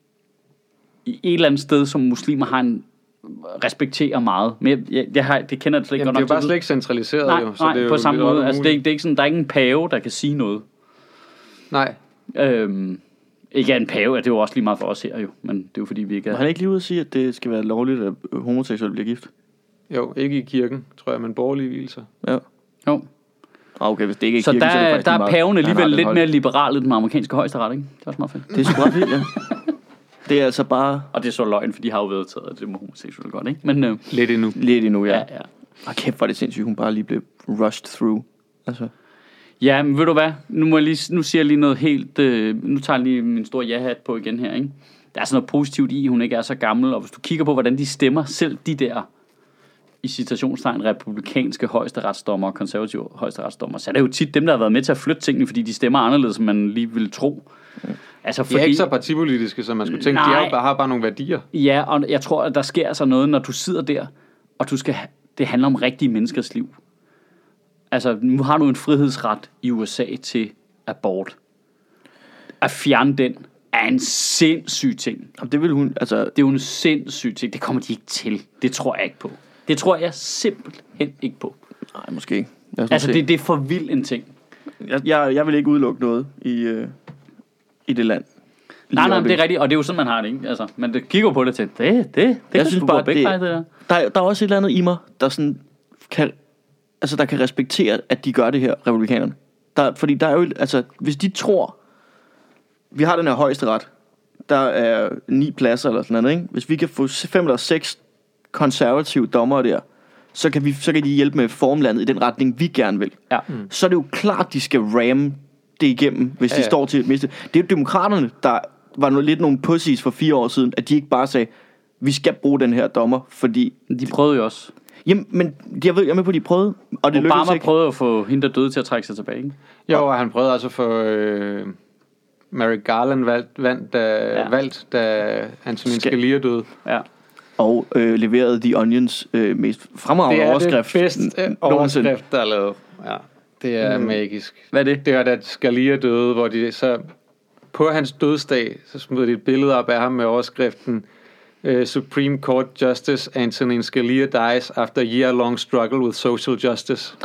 i et eller andet sted, som muslimer har en respekterer meget. Men jeg, jeg, jeg har, det kender jeg slet ikke Jamen, godt det er nok jo bare slet ikke centraliseret. Nej, jo, så nej det er på jo samme lidt måde. Altså, det, er, umuligt. det er ikke sådan, der er ikke en pave, der kan sige noget. Nej. Øhm, ikke er en pave, det er jo også lige meget for os her jo, men det er jo fordi, vi ikke er... Var han ikke lige ude at sige, at det skal være lovligt, at homoseksuelle bliver gift? Jo, ikke i kirken, tror jeg, men borgerlige vielser. Ja. Jo. Okay, hvis det ikke er Så kirken, der, så er det der faktisk er meget- paven han har alligevel den lidt hold. mere liberal end den amerikanske højesteret, ikke? Det er også meget fedt. Det er sgu ret vildt, ja. Det er altså bare Og det er så løgn, for de har jo vedtaget, at det må homoseksuelle godt, ikke? Men øh, Lidt endnu. lidt endnu, ja. ja, ja. ja. Og kæft, hvor er det sindssygt, hun bare lige blev rushed through. Altså, Ja, men ved du hvad? Nu, må jeg lige, nu siger jeg lige noget helt... Øh, nu tager jeg lige min store ja-hat på igen her, ikke? Der er sådan noget positivt i, at hun ikke er så gammel, og hvis du kigger på, hvordan de stemmer, selv de der, i citationstegn, republikanske højesteretsdommer og konservative højesteretsdommer, så er det jo tit dem, der har været med til at flytte tingene, fordi de stemmer anderledes, end man lige ville tro. Altså, De er ikke så partipolitiske, som man skulle tænke. Nej. De er jo bare, har bare nogle værdier. Ja, og jeg tror, at der sker altså noget, når du sidder der, og du skal, ha- det handler om rigtige menneskers liv. Altså, nu har du en frihedsret i U S A til abort. At fjerne den er en sindssyg ting. jamen, det vil hun, altså, Det er jo en sindssyg ting. Det kommer de ikke til. Det tror jeg ikke på. Det tror jeg simpelthen ikke på. nej, måske ikke. Lad os nu Altså, se. det, det er for vild en ting. Jeg, jeg, jeg vil ikke udelukke noget i, øh, i det land. Lige Nej, nej, men det øjeblikket. er rigtigt, og det er jo sådan, man har det, ikke? Altså, men det kigger på det til, det, det, det kan synes sgu bare, gå begge det- veje, det der. Der, er- der er også et eller andet i mig, der sådan kan, altså der kan respektere, at de gør det her, republikanerne. Der, fordi der er jo, altså, hvis de tror, vi har den her højesteret, der er ni pladser eller sådan noget, ikke? Hvis vi kan få fem eller seks konservative dommere der, så kan, vi, så kan de hjælpe med formlandet i den retning, vi gerne vil. Ja. Mm. Så er det jo klart, de skal ramme det igennem, hvis de Ja, ja. står til at miste. Det er jo demokraterne, der var no, lidt nogle pussies for fire år siden, at de ikke bare sagde, vi skal bruge den her dommer, fordi... De prøvede jo også. Jamen, men jeg ved, jeg er med på, at de prøvede, og det lykkedes Obama ikke. prøvede at få hende, der døde, til at trække sig tilbage, ikke? Jo, og han prøvede altså for øh, Merrick Garland valgt, vandt, da, Ja. ja. valgt, da Antonin Skal- Scalia døde. Ja. Og øh, leverede The Onions øh, mest fremragende Det er overskrift. det bedste nogensinde. overskrift, der er lavet. Ja, det er Mm. mm. magisk. Hvad er det? Det var da Scalia døde, hvor de så på hans dødsdag, så smed de et billede op af ham med overskriften uh, Supreme Court Justice Antonin Scalia dies after year-long struggle with social justice.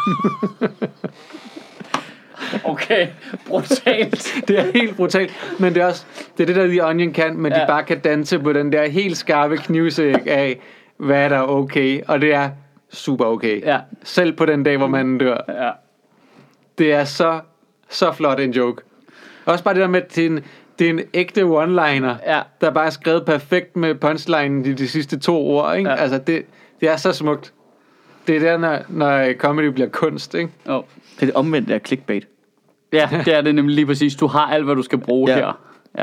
Okay, brutalt. Det er helt brutalt, men det er også det er det der The Onion kan, men ja. Ja. de bare kan danse på den der helt skarpe knivsæk af hvad der er okay, og det er super okay. Ja. Selv på den dag, hvor manden dør. Ja. Det er så så flot en joke. Også bare det der med at det er en, det er en ægte one-liner, Ja. der bare er skrevet perfekt med punchlinen i de sidste to ord, ikke? Ja. Altså det det er så smukt. Det er der når, når comedy bliver kunst, ikke? Oh. Det er det omvendte af clickbait. Ja, det er det nemlig lige præcis. Du har alt, hvad du skal bruge Ja. her. Ja.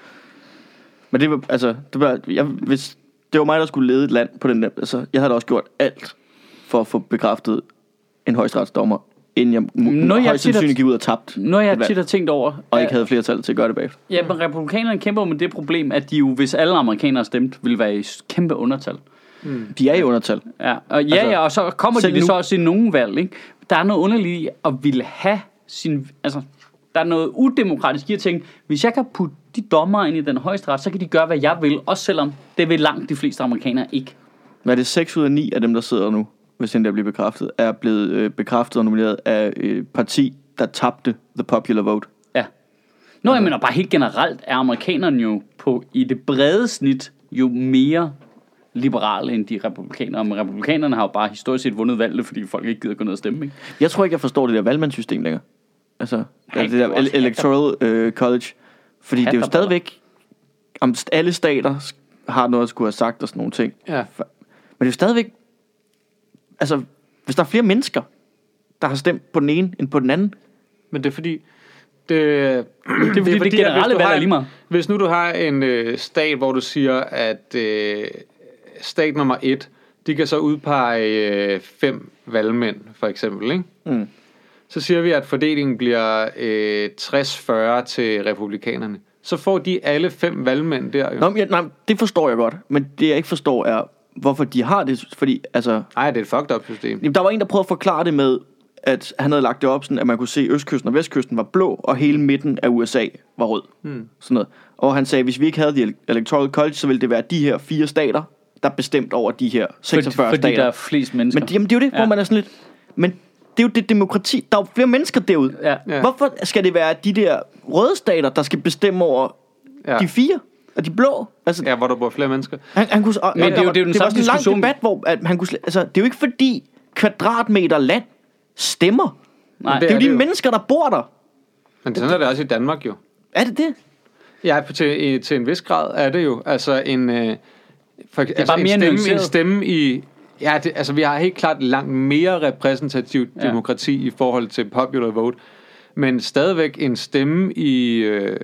Men det var, altså, det var, jeg, hvis det var mig, der skulle lede et land på den der, altså, jeg havde da også gjort alt for at få bekræftet en højesteretsdommer, inden jeg Nå, jeg højst tit har- sandsynligt gik ud og tabte, Nu har et jeg valg, tit har tænkt over, og ikke havde flertal til at gøre det bagefter. ja, men republikanerne kæmper jo med det problem, at de jo, hvis alle amerikanere stemte, ville være i kæmpe undertal. De er i undertal. Ja, og ja, Altså, ja, og så kommer de selv det nu- så også i nogen valg, ikke? Der er noget underligt i at ville have sin, altså, der er noget udemokratisk i at tænke, hvis jeg kan putte de dommer ind i den højesteret, så kan de gøre, hvad jeg vil, også selvom det vil langt de fleste amerikanere ikke. Hvad er det, seks ud af ni af dem, der sidder nu, hvis den der bliver bekræftet, er blevet øh, bekræftet og nomineret af et parti, der tabte the popular vote. Ja. Nå, jeg mener bare helt generelt er amerikanerne jo på, i det brede snit, jo mere liberale end de republikanere. Men republikanerne har jo bare historisk set vundet valget, fordi folk ikke gider gå ned og stemme, ikke? Jeg tror ikke, jeg forstår det der valgmandssystem længere. Altså, Nej, det, det er der jo også el- electoral øh, college. Fordi det er jo Hatterballer. stadigvæk, om st- alle stater sk- har noget at skulle have sagt og sådan nogle ting. Ja. Men det er jo stadigvæk, altså, hvis der er flere mennesker, der har stemt på den ene end på den anden. Men det er fordi det, det er fordi, det at hvis generelle du valg har er lige meget. en- Hvis nu du har en øh, stat, hvor du siger, at øh, stat nummer et, de kan så udpege øh, fem valgmænd, for eksempel, ikke? Mm. Så siger vi, at fordelingen bliver øh, tres fyrre til republikanerne. Så får de alle fem valgmænd der jo. Nå, men, ja, nej, det forstår jeg godt. Men det jeg ikke forstår er, hvorfor de har det. Fordi, altså, Nej, det er et fucked up system. jamen, der var en, der prøvede at forklare det med, at han havde lagt det op sådan, at man kunne se, at østkysten og vestkysten var blå, og hele midten af U S A var rød. Hmm. Sådan noget. Og han sagde, at hvis vi ikke havde The Electoral College, så ville det være de her fire stater, der er bestemt over de her seksogfyrre fordi, stater. Fordi der er flest mennesker. Men jamen, det er jo det, ja. Hvor man er sådan lidt... Men det er jo det demokrati. Der er jo flere mennesker derude. Ja. Ja. Hvorfor skal det være de der røde stater, der skal bestemme over ja. de fire? Og de blå? Altså, ja, hvor der bor flere mennesker. Han, han kunne, og, Men det er jo, det er jo den det samme var sådan en lang diskussion. debat, hvor at han kunne... Altså, det er jo ikke fordi kvadratmeter land stemmer. Nej, det er jo de mennesker, der bor der. Men sådan er det også i Danmark jo. Er det det? Ja, til, til en vis grad er det jo. Altså en, øh, for, det er altså bare en, mere stemme, nuanceret. en stemme i... Ja, det, altså vi har helt klart langt mere repræsentativt Ja. demokrati i forhold til popular vote. Men stadigvæk en stemme i, øh,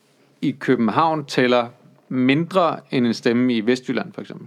i København tæller mindre end en stemme i Vestjylland for eksempel.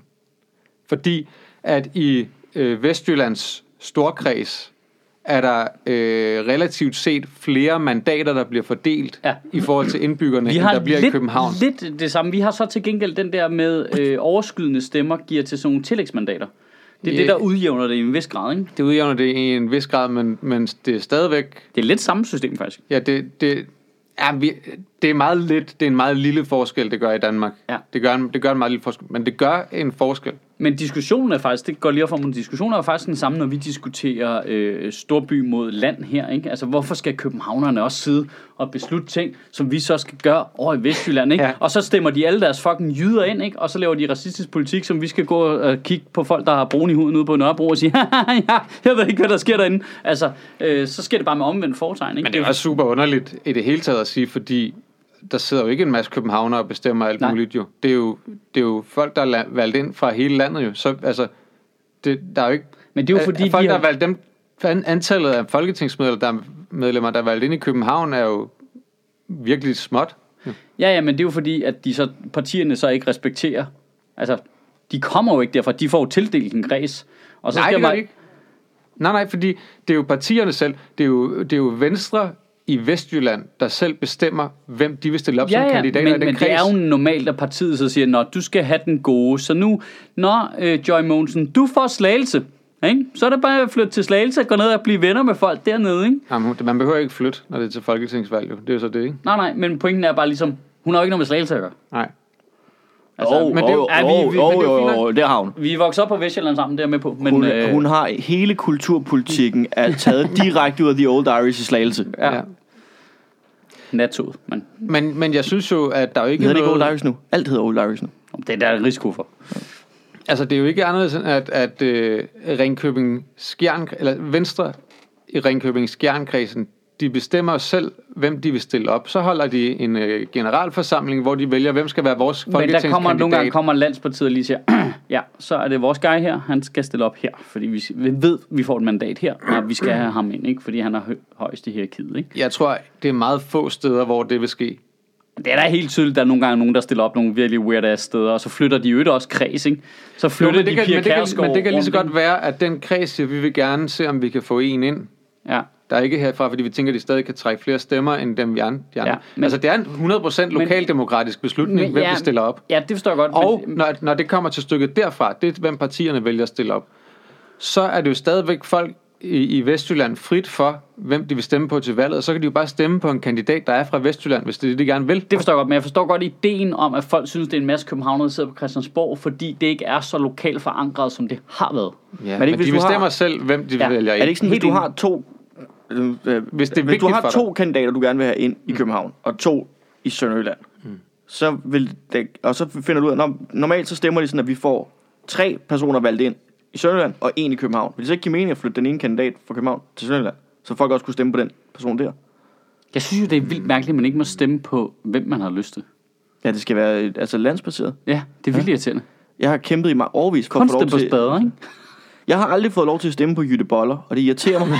Fordi at i øh, Vestjyllands storkreds er der øh, relativt set flere mandater, der bliver fordelt Ja. i forhold til indbyggerne, Vi end har der bliver lidt, i København. lidt det samme. Vi har så til gengæld den der med øh, overskydende stemmer giver til sådan nogle tillægsmandater. Det er Ja. det, der udjævner det i en vis grad, ikke? Det udjævner det i en vis grad, men, men det er stadigvæk... Det er lidt samme system, faktisk. Ja, det, det, ja, vi, det er meget lidt, det er en meget lille forskel, det gør i Danmark. Ja. Det gør, en, det gør en meget lille forskel, men det gør en forskel. Men diskussionen er faktisk, det går lige op for mig, diskussionen er jo faktisk den samme, når vi diskuterer øh, storby mod land her, ikke? Altså, hvorfor skal københavnerne også sidde og beslutte ting, som vi så skal gøre over i Vestjylland, ikke? Ja. Og så stemmer de alle deres fucking jyder ind, ikke? Og så laver de racistisk politik, som vi skal gå og kigge på folk, der har brun i huden ude på Nørrebro og sige, ja, jeg ved ikke, hvad der sker derinde. Altså, øh, så sker det bare med omvendt foretegn, ikke? Men det er også super underligt i det hele taget at sige, fordi der sidder jo ikke en masse københavnere og bestemmer alt Nej. muligt jo. Det er jo, det er jo folk, der er la- valgt ind fra hele landet jo. Så altså, det, der er jo ikke... Men det er jo fordi, folk, de der har- har valgt dem... Antallet af folketingsmedlemmer, der, medlemmer, der er valgt ind i København, er jo virkelig småt. Ja. Ja, ja, men det er jo fordi, at de så, partierne så ikke respekterer. Altså, de kommer jo ikke derfra. De får jo tildelt en kreds. Og så Nej, skal det gør man... det ikke. Nej, nej, fordi det er jo partierne selv. Det er jo, det er jo Venstre i Vestjylland, der selv bestemmer, hvem de vil stille op Ja, som ja, kandidater men, i den men kreds. det er jo normalt, at partiet så siger, nå, du skal have den gode. Så nu, nå, øh, Joy Mogensen, du får Slagelse. Ikke? Så er det bare at flytte til Slagelse og gå ned og blive venner med folk dernede, ikke? Jamen, man behøver ikke flytte, når det er til folketingsvalg. Jo. Det er jo så det, ikke? Nej, nej, men pointen er bare ligesom, hun har jo ikke noget med Slagelse at gøre. Nej. Altså, Åh, men det er jo- åh, er vi- åh, vi- men det er jo åh, fint nok. åh, det har hun. Vi er vokset op på Vestjylland sammen, det er jeg med på. Men, Hun, øh, hun har hele kulturpolitikken er taget direkte ud af The Old Irish i Slagelse. ja, Ja. nattoget, men Men, men jeg synes jo, at der er jo ikke Hedder det ikke Old noget... Irish nu? Alt hedder Old Irish nu. det er der en risiko for. Altså, det er jo ikke anderledes end, at, at uh, Ringkøbing Skjern, eller Venstre i Ringkøbing Skjernkredsen, de bestemmer selv, hvem de vil stille op. Så holder de en uh, generalforsamling, hvor de vælger, hvem skal være vores Men der folketingskandidat. kommer nogle gange kommer Landspartiet og lige siger, ja, så er det vores guy her, han skal stille op her, fordi vi, vi ved, vi får et mandat her, og vi skal have ham ind, ikke? Fordi han er hø- højst i hierarkiet, ikke? Jeg tror, det er meget få steder, hvor det vil ske. Det er da helt tydeligt, der er nogle gange nogen, der stiller op nogle virkelig weird-ass steder, og så flytter de jo også kreds, ikke? Så flytter Jo, men det de kan, Pia men det kan, Kjærsgaard men det kan lige så rundt, godt være, at den kreds siger, vi vil gerne se, om vi kan få en ind. ikke? Ja. Der er ikke herfra, fordi vi tænker, at de stadig kan trække flere stemmer, end dem vi andre. De andre. Ja, men- altså, det er en hundrede procent lokaldemokratisk beslutning, Men- hvem ja, vi stiller op. Ja, det forstår jeg godt. Og men, når, når det kommer til stykket derfra, det er, hvem partierne vælger at stille op, så er det jo stadigvæk folk i, i Vestjylland frit for, hvem de vil stemme på til valget, og så kan de jo bare stemme på en kandidat, der er fra Vestjylland, hvis det er det, de gerne vil. det forstår jeg godt, men jeg forstår godt ideen om, at folk synes, det er en masse københavnere, der sidder på Christiansborg, fordi det ikke er så lokalt forankret, som det har været. Ja, det men, ikke, men hvis de du har- bestemmer selv, hvem de Ja. vælger Er ind. det ikke sådan, hvis Helt du enig. har to... Øh, øh, Hvis det er hvis du vigtigt har for to kandidater, du gerne vil have ind i København, og to i Sønderjylland, mm. så vil det, og så finder du ud af, når, normalt så stemmer de sådan, at vi får tre personer valgt ind i Sønderjylland, og en i København. Vil det så ikke give mening at flytte den ene kandidat fra København til Sønderjylland, så folk også kunne stemme på den person der? Jeg synes jo, det er vildt mærkeligt, at man ikke må stemme på, hvem man har lyst til. Ja, det skal være øh, altså landsbaseret. Ja, det er vildt irriterende. Jeg har kæmpet i mig overvis for at få Kunstigt lov på til... spader, ikke? Jeg har aldrig fået lov til at stemme på Jytte Boller, og det irriterer mig.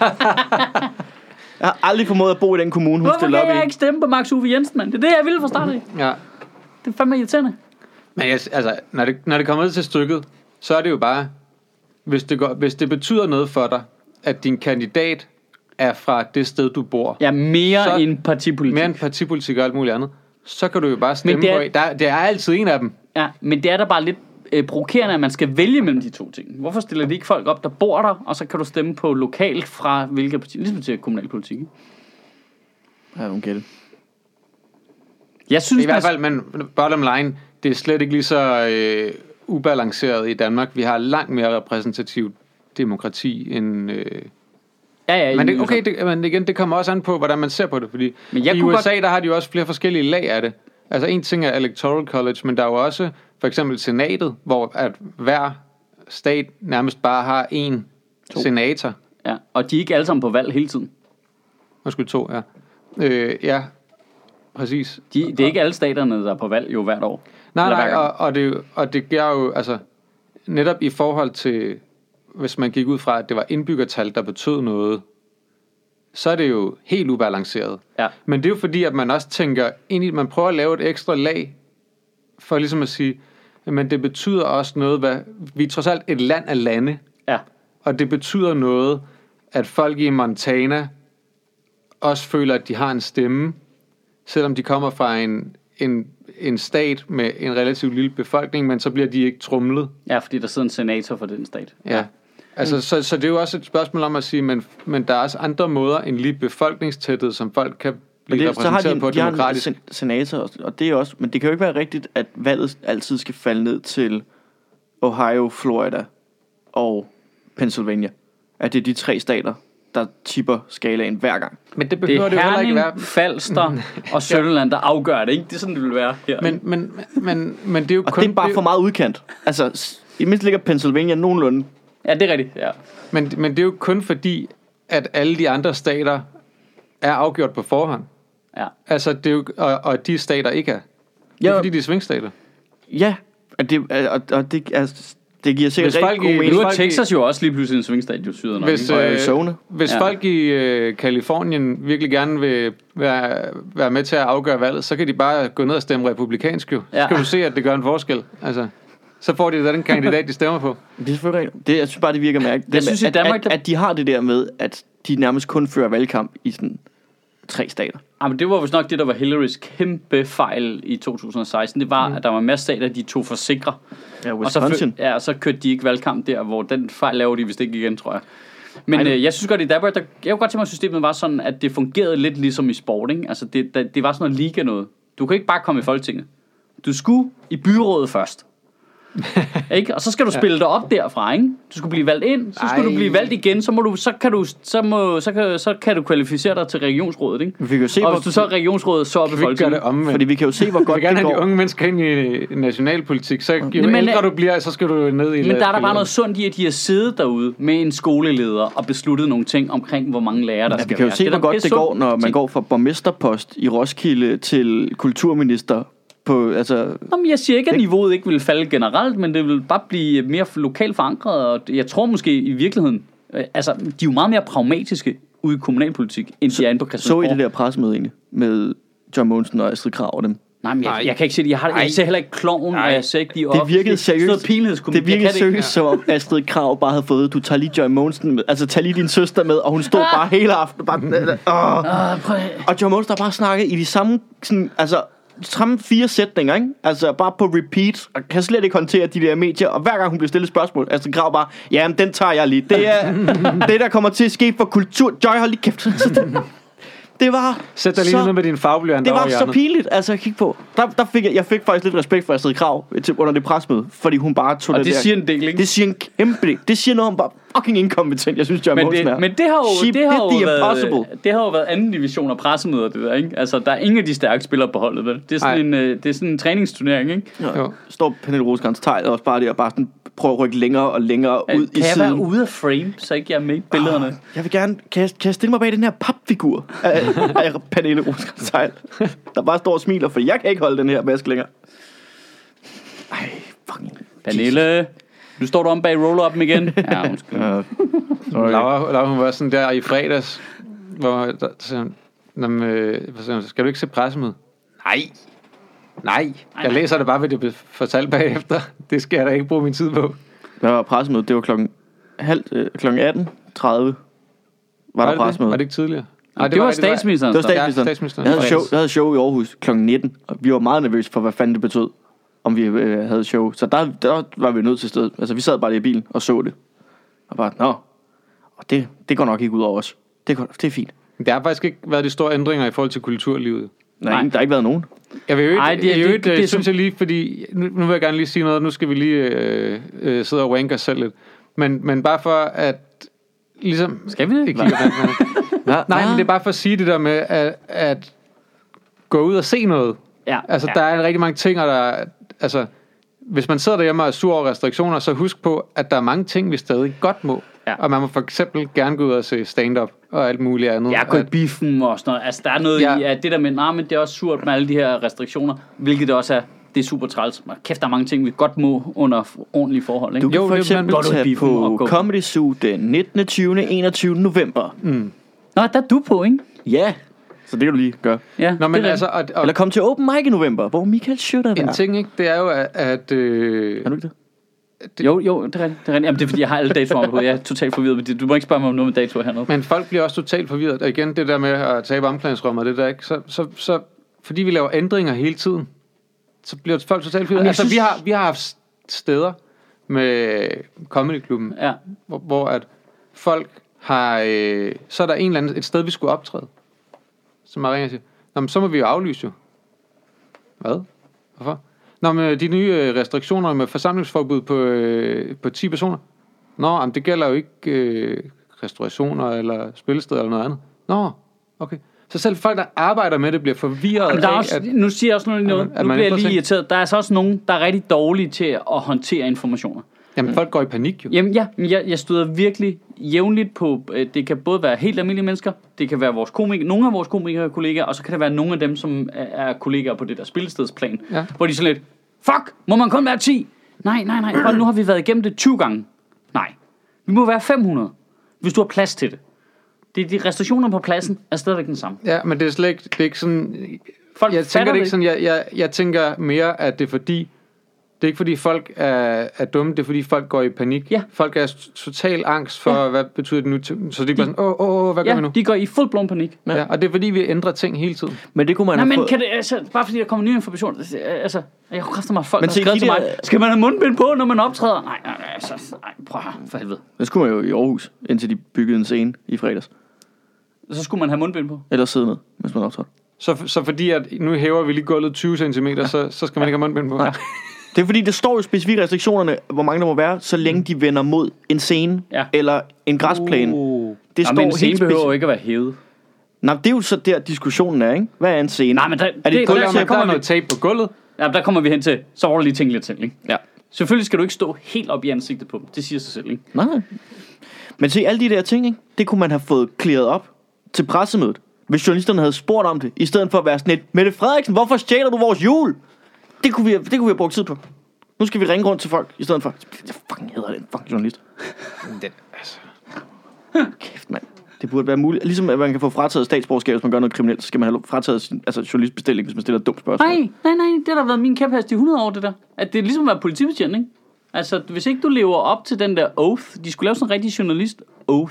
Jeg har aldrig formået at bo i den kommune, hun Hvorfor stiller kan op jeg i. ikke stemme på Max Uwe Jensen, mand? Det er det, jeg ville fra start af. Ja. Det er fandme irriterende. Men jeg, altså, når det, når det kommer ud til stykket, så er det jo bare, hvis det, går, hvis det betyder noget for dig, at din kandidat er fra det sted, du bor, Ja, mere Så- end partipolitik. mere end partipolitik og alt muligt andet, så kan du jo bare stemme det er- på en. Der, der er altid en af dem. Ja, men det er da bare lidt... øh, provokerende, at man skal vælge mellem de to ting. Hvorfor stiller de ikke folk op, der bor der, og så kan du stemme på lokalt fra hvilke partier, ligesom til kommunalpolitik? Ja, hun gætter. Jeg synes, I hvert fald, men bottom line, det er slet ikke lige så øh, ubalanceret i Danmark. Vi har langt mere repræsentativt demokrati end... Øh, ja, ja, men det, okay, det, men igen, det kommer også an på, hvordan man ser på det, fordi i U S A, godt... der har de jo også flere forskellige lag af det. Altså en ting er Electoral College, men der er jo også for eksempel senatet, hvor at hver stat nærmest bare har én senator. Ja, og de er ikke alle sammen på valg hele tiden. Måske to, ja. Øh, ja, præcis. De, det er ikke alle staterne, der er på valg jo hvert år. Nej, nej, og, og, det, og det gør jo, altså, netop i forhold til, hvis man gik ud fra, at det var indbyggertal, der betød noget, så er det jo helt ubalanceret. Ja. Men det er jo fordi, at man også tænker, egentlig, man prøver at lave et ekstra lag, for ligesom at sige, men det betyder også noget, hvad, vi er trods alt et land af lande, ja. Og det betyder noget, at folk i Montana også føler, at de har en stemme, selvom de kommer fra en, en, en stat med en relativt lille befolkning, men så bliver de ikke trumlet. Ja, fordi der sidder en senator for den stat. Ja, altså, så, så det er jo også et spørgsmål om at sige, men, men der er også andre måder end lige befolkningstæthed, som folk kan blive det, repræsenteret så har de, på de demokratisk. Har en senator, og det er også, men det kan jo ikke være rigtigt, at valget altid skal falde ned til Ohio, Florida og Pennsylvania. At det er de tre stater, der tipper skalaen hver gang. Men det behøver det, det jo heller ikke være. Falster og Sønderland, der afgør det, ikke? Det er sådan, det vil være her. Men, men, men, men det er jo og kun... det er bare for meget udkant. Altså, i mindst ligger Pennsylvania nogenlunde. Ja, det er rigtigt, ja. Men, men det er jo kun fordi, at alle de andre stater er afgjort på forhånd. Ja. Altså, det er jo, og, og de stater ikke er. Det er ja, fordi, de er svingstater. Ja, og det, og, og det, altså, det giver sikkert rigtig god mening. Nu er Texas jo også lige pludselig en svingstat, jo syder nok. Hvis, øh, hvis ja. folk i øh, Kalifornien virkelig gerne vil være, være med til at afgøre valget, så kan de bare gå ned og stemme republikansk jo. Så ja. Skal du se, at det gør en forskel. Altså, så får de den kandidat, de stemmer på. Det er selvfølgelig rigtigt. Det, jeg synes bare, det virker mærkeligt. Jeg synes, at, Danmark, at, at, at de har det der med, at de nærmest kun fører valgkamp i sådan tre stater. Ja, men det var vist nok det, der var Hillarys kæmpe fejl i to tusind og seksten. Det var, mm. at der var masser stater, de tog for sikre. Ja, Wisconsin. Og så, ja, og så kørte de ikke valgkamp der, hvor den fejl laver de vist ikke igen, tror jeg. Men øh, jeg synes godt, i Dabber, der, jeg kunne godt tænke mig, at systemet var sådan, at det fungerede lidt ligesom i sport, ikke? Altså, det, det, det var sådan noget liga noget. Du kan ikke bare komme i Folketinget. Du skulle i byrådet først. Ikke? Og så skal du spille ja. dig op derfra, ikke? Du skulle blive valgt ind, så skulle Ej. du blive valgt igen, så må du så kan du så må så kan så kan du kvalificere dig til regionsrådet, ikke? Vi kan jo se, og hvis du så er regionsrådet, så op i Folketinget. Fordi vi kan jo se hvor godt det går. Vi kan gerne have de unge mennesker ind i nationalpolitik, så jo men, ældre du bliver, så skal du ned i. Men der er der bare noget sundt i, at de har siddet derude med en skoleleder og besluttet nogle ting omkring hvor mange lærere der ja, skal være. Vi kan jo være. se hvor godt det går, når man ting. går fra borgmesterpost i Roskilde til kulturminister. På, altså... Jamen, jeg siger ikke, at niveauet ikke vil falde generelt, men det vil bare blive mere lokalt forankret, og jeg tror måske i virkeligheden, altså, de er jo meget mere pragmatiske ude i kommunalpolitik, end de er inde på Christiansborg. Så i det der pressemøde egentlig, med John Mogensen og Astrid Krag og dem? Nej, men jeg, jeg kan ikke se det. Jeg, har, jeg ser heller ikke kloven, og jeg ser ikke de op. Det virkede seriøst, det virkede seriøst som om Astrid Krag bare havde fået, du tager lige John Mogensen med, altså tag lige din søster med, og hun stod ah. bare hele aftenen, bare, åh. Ah, og John Mogensen har bare snakket i de samme, sådan, altså, samme fire sætninger, ikke? Altså bare på repeat, og kan slet ikke håndtere de der medier, og hver gang hun bliver stillet spørgsmål, Astrid Krag bare, jamen den tager jeg lige. Det er det, der kommer til at ske for kultur. Joy, hold lige kæft. Det var Sæt dig lige ned med din fagblyant. Det var så pinligt, altså at kigge på. Der, der fik jeg, jeg fik faktisk lidt respekt for Astrid Krag under det presmøde, fordi hun bare tog og det, det der. siger en del, ikke? Det siger en kæmpe del. Det siger noget om bare fucking inkompetent. Jeg synes John Mogensen er. Men det har jo She det har jo været, det har jo været anden division af pressemøder det der, ikke? Altså der er ingen af de stærke spillere på holdet, vel? Det er sådan Ej. en det er sådan en træningsturnering, ikke? Ja. Jo. Står Pernille Rosenkrantz-Theil også bare der og bare sådan prøver at rykke længere og længere ud i siden. Kan jeg være ude af frame, så ikke jeg er med i billederne? Oh, jeg vil gerne kan jeg, kan jeg stille mig bag den her papfigur af, af Pernille Rosenkrantz-Theil, der bare står og smiler, for jeg kan ikke holde den her maske længere. Ej, fucking Pernille, nu står du om bag roll-up'en igen. Ja, undskyld. Uh, Laura, Laura, hun var sådan der i fredags, hvor der, så, øh, skal du ikke se pressemøde? Nej. Nej, jeg læser det bare, hvad det blev fortalt bagefter. Det skal jeg da ikke bruge min tid på. Der var pressemøde, det var klokken, halv, øh, klokken atten tredive. Var, var der pressemøde? Var det ikke tidligere? Nej, det, det var, var statsministeren. Det var statsministeren. Ja, statsministeren. Jeg havde show, jeg havde show i Aarhus klokken nitten, og vi var meget nervøse for, hvad fanden det betød. om vi øh, havde show. Så der, der var vi nødt til stedet. Altså, vi sad bare lige i bilen og så det. Og bare, nå, og det, det går nok ikke ud over os. Det, går, det er fint. Der har faktisk ikke været de store ændringer i forhold til kulturlivet. Nej, Nej. Der har ikke været nogen. Jeg vil jo Ej, det, det, det, det, det, det, synes jeg lige, fordi nu, nu vil jeg gerne lige sige noget. Nu skal vi lige øh, øh, sidde og wanke os selv lidt. Men, men bare for at ligesom... Skal vi det? Ikke kigge, Nej, Nej, men det er bare for at sige det der med at, at gå ud og se noget. Ja, altså, ja. der er rigtig mange ting, og der altså, hvis man sidder derhjemme og er sur over restriktioner, så husk på, at der er mange ting, vi stadig godt må. Ja. Og man må for eksempel gerne gå ud og se stand-up og alt muligt andet. Ja, gå i biffen og sådan noget. Altså, der er noget ja. i, at det der med, nej, men det er også surt med alle de her restriktioner, hvilket det også er, det er super træls. Kæft, der er mange ting, vi godt må under ordentlige forhold, ikke? Du kan jo, for eksempel tage på Comedy Zoo den nittende, tyvende, enogtyvende november. Mm. Nå, der er du på, ikke? Ja, så det kan du lige gøre. Ja, Nå, men altså, og, og, eller kom til Open Mic i november, hvor Michael Schøtter er. En ting, ikke? Det er jo, at... at øh, er du ikke det? Det, jo, jo, det er rigtigt. Det er, rigtigt. Jamen, det er fordi, jeg har alle datoer på. Jeg er totalt forvirret. Du må ikke spørge mig om noget med datoer hernede. Men folk bliver også totalt forvirret. Og igen, det der med at tabe omklædningsrummet, det der ikke. Så, så, så, fordi vi laver ændringer hele tiden, så bliver folk totalt forvirret. Altså, synes... vi, har, vi har haft steder med Comedyklubben, ja. hvor, hvor at folk har... Øh, så er der en eller anden, et sted, vi skulle optræde. Så man ringer og siger, nå, men så må vi jo aflyse jo. Hvad? Hvorfor? Nå, med de nye restriktioner med forsamlingsforbud på, øh, på ti personer. Nå, men det gælder jo ikke øh, restaurationer eller spillesteder eller noget andet. Nå, okay. Så selv folk, der arbejder med det, bliver forvirret Jamen, der er af, også, at... Nu siger jeg også noget, noget. At, at nu bliver jeg lige tænke. irriteret. Der er så også nogen, der er rigtig dårlige til at håndtere informationer. Jamen, folk går i panik jo. Jamen ja, jeg, jeg støder virkelig jævnligt på, det kan både være helt almindelige mennesker, det kan være vores komikere, nogle af vores komikere kollegaer, og så kan det være nogle af dem, som er kollegaer på det der spillestedsplan, ja. Hvor de sådan lidt, fuck, må man kun være ti? Nej, nej, nej, og nu har vi været igennem det tyve gange. Nej, vi må være fem hundrede, hvis du har plads til det. Det de restriktioner på pladsen er stadigvæk den samme. Ja, men det er slet ikke, det er ikke sådan... Folk jeg tænker det ikke sådan, jeg, jeg, jeg tænker mere, at det er fordi, det er ikke fordi folk er, er dumme, det er fordi folk går i panik. Ja. Folk er total angst for, ja. Hvad betyder det nu? Så de er bare sådan, åh, åh, åh, hvad gør ja, vi nu? de går i fuldblåen panik. Ja. Ja, og det er fordi, vi ændrer ting hele tiden. Men det kunne man Nej, have men fået... kan det, altså, bare fordi der kommer ny information, altså, jeg kræfter mig, folk men har skrevet de til mig, der... skal man have mundbind på, når man optræder? Nej, nej, nej, altså, nej, prøv her, for helvede. Det skulle man jo i Aarhus, indtil de byggede en scene i fredags. Så skulle man have mundbind på? Eller sidde ned, hvis man optræder. Så, så fordi, at nu hæver vi lige gulvet tyve centimeter, ja. så, så skal man ikke have mundbind på? Nej. Det er fordi, det står jo specifikt restriktionerne, hvor mange der må være, så længe de vender mod en scene, ja. Eller en græsplæne. Uh. Det ja, står men en scene helt behøver speci- jo ikke at være hævet. Nej, det er jo så der diskussionen er, ikke? Hvad er en scene? Nej, men der, er det, det, der, der, der, der, kommer der noget tape på gulvet? Ja, der kommer vi hen til, så var der lige tænkt lidt til, ikke? Ja. Selvfølgelig skal du ikke stå helt op i ansigtet på dem, det siger sig selv, ikke? Nej. Men se, alle de der ting, ikke? Det kunne man have fået clearet op til pressemødet, hvis journalisterne havde spurgt om det, i stedet for at være sådan et, Mette Frederiksen, hvorfor stjæler du vores jul? Det kunne vi have, det kunne vi have brugt tid på. Nu skal vi ringe rundt til folk, i stedet for, jeg fucking hedder den fucking journalist. Den, altså. Kæft, mand. Det burde være muligt. Ligesom at man kan få frataget statsborgerskab, hvis man gør noget kriminelt, så skal man have frataget sin, altså, journalistbestilling, hvis man stiller et dumt spørgsmål. Nej, nej, nej, det har da været min kæphest i hundrede år, det der. At det er ligesom at være politibetjent, ikke? Altså, hvis ikke du lever op til den der oath, de skulle lave sådan en rigtig journalist-oath.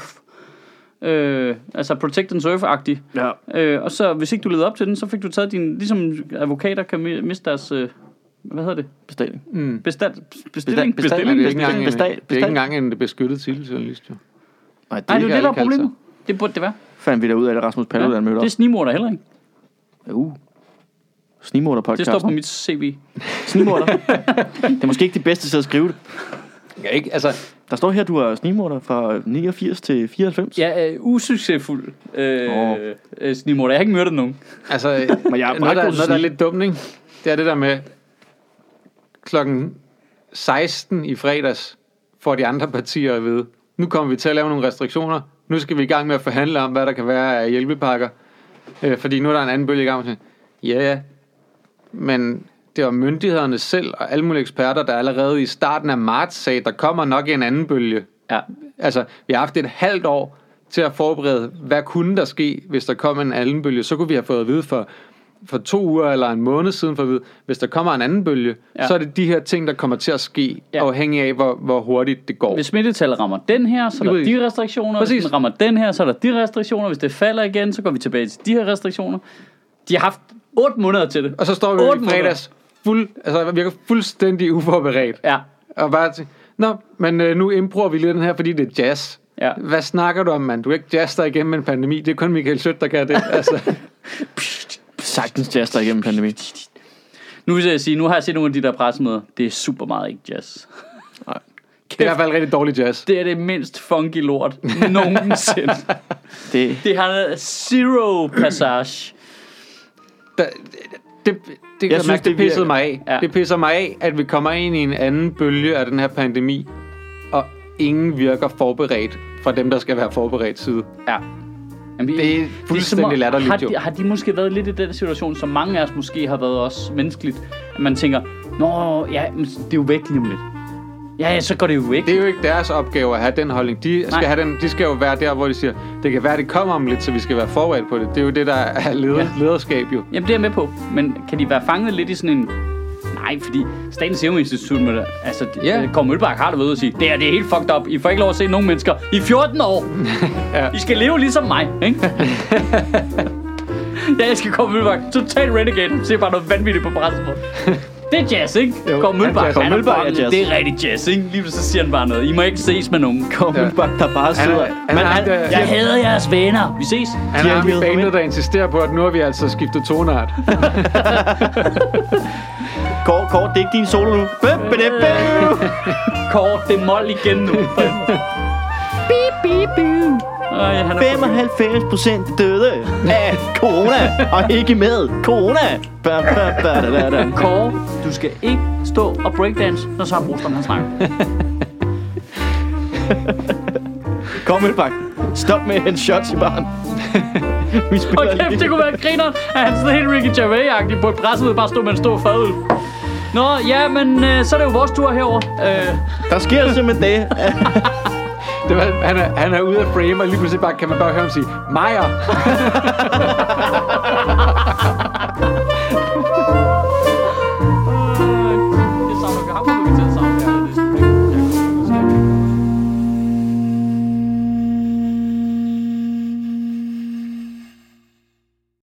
Øh, altså protect and serve-agtig. Ja. Øh, og så, hvis ikke du levede op til den, så fik du taget din, ligesom advokater kan miste deres, øh, hvad hedder det? Bestilling. Mm. Bestat, bestilling? Bestilling? Bestilling? Det er ikke engang en, Bestal- det er ikke engang en beskyttet titeljournalist, jo. Nej, det, Nej, det er jo det, der er ikke problemet. altså. Det burde det være. fandt vi der ud af det, Rasmus Paludan mødte op. Det er snigmorder heller ikke. Uh. Snigmorder-podcasten. Det står på mit C V. Snigmorder. Det er måske ikke det bedste til at skrive det. Ja, ikke, altså... Der står her, du er snigmorder fra niogfirs til fireoghalvfems. Jeg er usuccesfuld øh, oh. øh, snigmorder. Jeg har ikke myrdet nogen. Altså, Men jeg er noget, der, god noget, der er lidt dumt, ikke? Det er det der med klokken seksten i fredags får de andre partier at vide. Nu kommer vi til at lave nogle restriktioner. Nu skal vi i gang med at forhandle om, hvad der kan være af hjælpepakker. Øh, fordi nu er der en anden bølge i gang. Ja, ja. Men det var myndighederne selv og alle mulige eksperter, der allerede i starten af marts sagde, der kommer nok en anden bølge. Ja. Altså, vi har haft et halvt år til at forberede, hvad kunne der ske, hvis der kom en anden bølge. Så kunne vi have fået at vide for, for to uger eller en måned siden for at vide, hvis der kommer en anden bølge, ja. Så er det de her ting, der kommer til at ske, ja. Afhængig af, hvor, hvor hurtigt det går. Hvis smittetallet rammer den her, så er der de restriktioner. Præcis. Hvis den rammer den her, så er der de restriktioner. Hvis det falder igen, så går vi tilbage til de her restriktioner. De har haft otte måneder til det. Og så står vi i fredags. fuld, altså virker fuldstændig uforberedt. Ja. Og bare til, nå, men øh, nu improver vi lidt den her, fordi det er jazz. Ja. Hvad snakker du om, mand? Du kan ikke jazz dig igennem en pandemi. Det er kun Michael Sødt, der kan det. Altså. Sagtens jazz der igennem pandemi. Nu vil jeg sige, nu har jeg set nogle af de der pressemøder. Det er super meget ikke jazz. Nej. Det er i hvert fald rigtig dårlig jazz. Det er det mindst funky lort nogensinde. det. det har zero passage. Da, det, det, jeg synes, det pissede mig af. Ja. Det pisser mig af, at vi kommer ind i en anden bølge af den her pandemi, og ingen virker forberedt fra dem, der skal være forberedt side. Ja. Jamen, det er fuldstændig det er latterligt, har jo. de, har de måske været lidt i den situation, som mange af os måske har været også menneskeligt, at man tænker, nå, ja, men det er jo væk lige om lidt. Ja, ja, så går det jo væk. Det er jo ikke deres opgave at have den holdning. De skal, have den, de skal jo være der, hvor de siger, det kan være, at det kommer om lidt, så vi skal være forberedt på det. Det er jo det, der er leder, ja. lederskab jo. Jamen, det er jeg med på. Men kan de være fanget lidt i sådan en... Nej, fordi Statens Serum Institut, med det, altså, yeah. Kåre Mølbak har det ved at sige, det er, det er helt fucked up. I får ikke lov at se nogen mennesker i fjorten år. ja. I skal leve ligesom mig, ikke? Ja, jeg skal Kåre Mølbak. Total renegade. Du ser bare noget vanvittigt på pressemødet. Det er jazz, ikke? Kåre Mølbak. Kåre Mølbak er jazz. Det er rigtig jazz, ikke? Lige så siger han bare noget. I må ikke ses med nogen. Kåre Mølbak, der bare sidder. Han, han, han, han, jeg ja. hader jeres venner. Vi ses. Han har en banet, der insisterer på, at nu har vi altså skiftet tonart. Kåre, Kåre, det er ikke din solo nu. Kåre, det er mol igen nu. Beep, beep, beep. Ej, han er femoghalvfems procent døde af corona, og ikke med corona. Ba, ba, ba, da, da. Kåre, du skal ikke stå og breakdance, når Søren Brostrøm han snakker. Kom med bak. Stop med en shot i baren. Vi spiller og kæft, det kunne være grineren, at han sådan helt Ricky Gervais-agtig på et pressemøde bare stod med en stor fadøl. Nå, ja, men øh, så er det jo vores tur herover. Øh. Der sker simpelthen det. Det var, han, er, han er ude af frame, og lige pludselig bare, kan man bare høre ham sige, Meyer!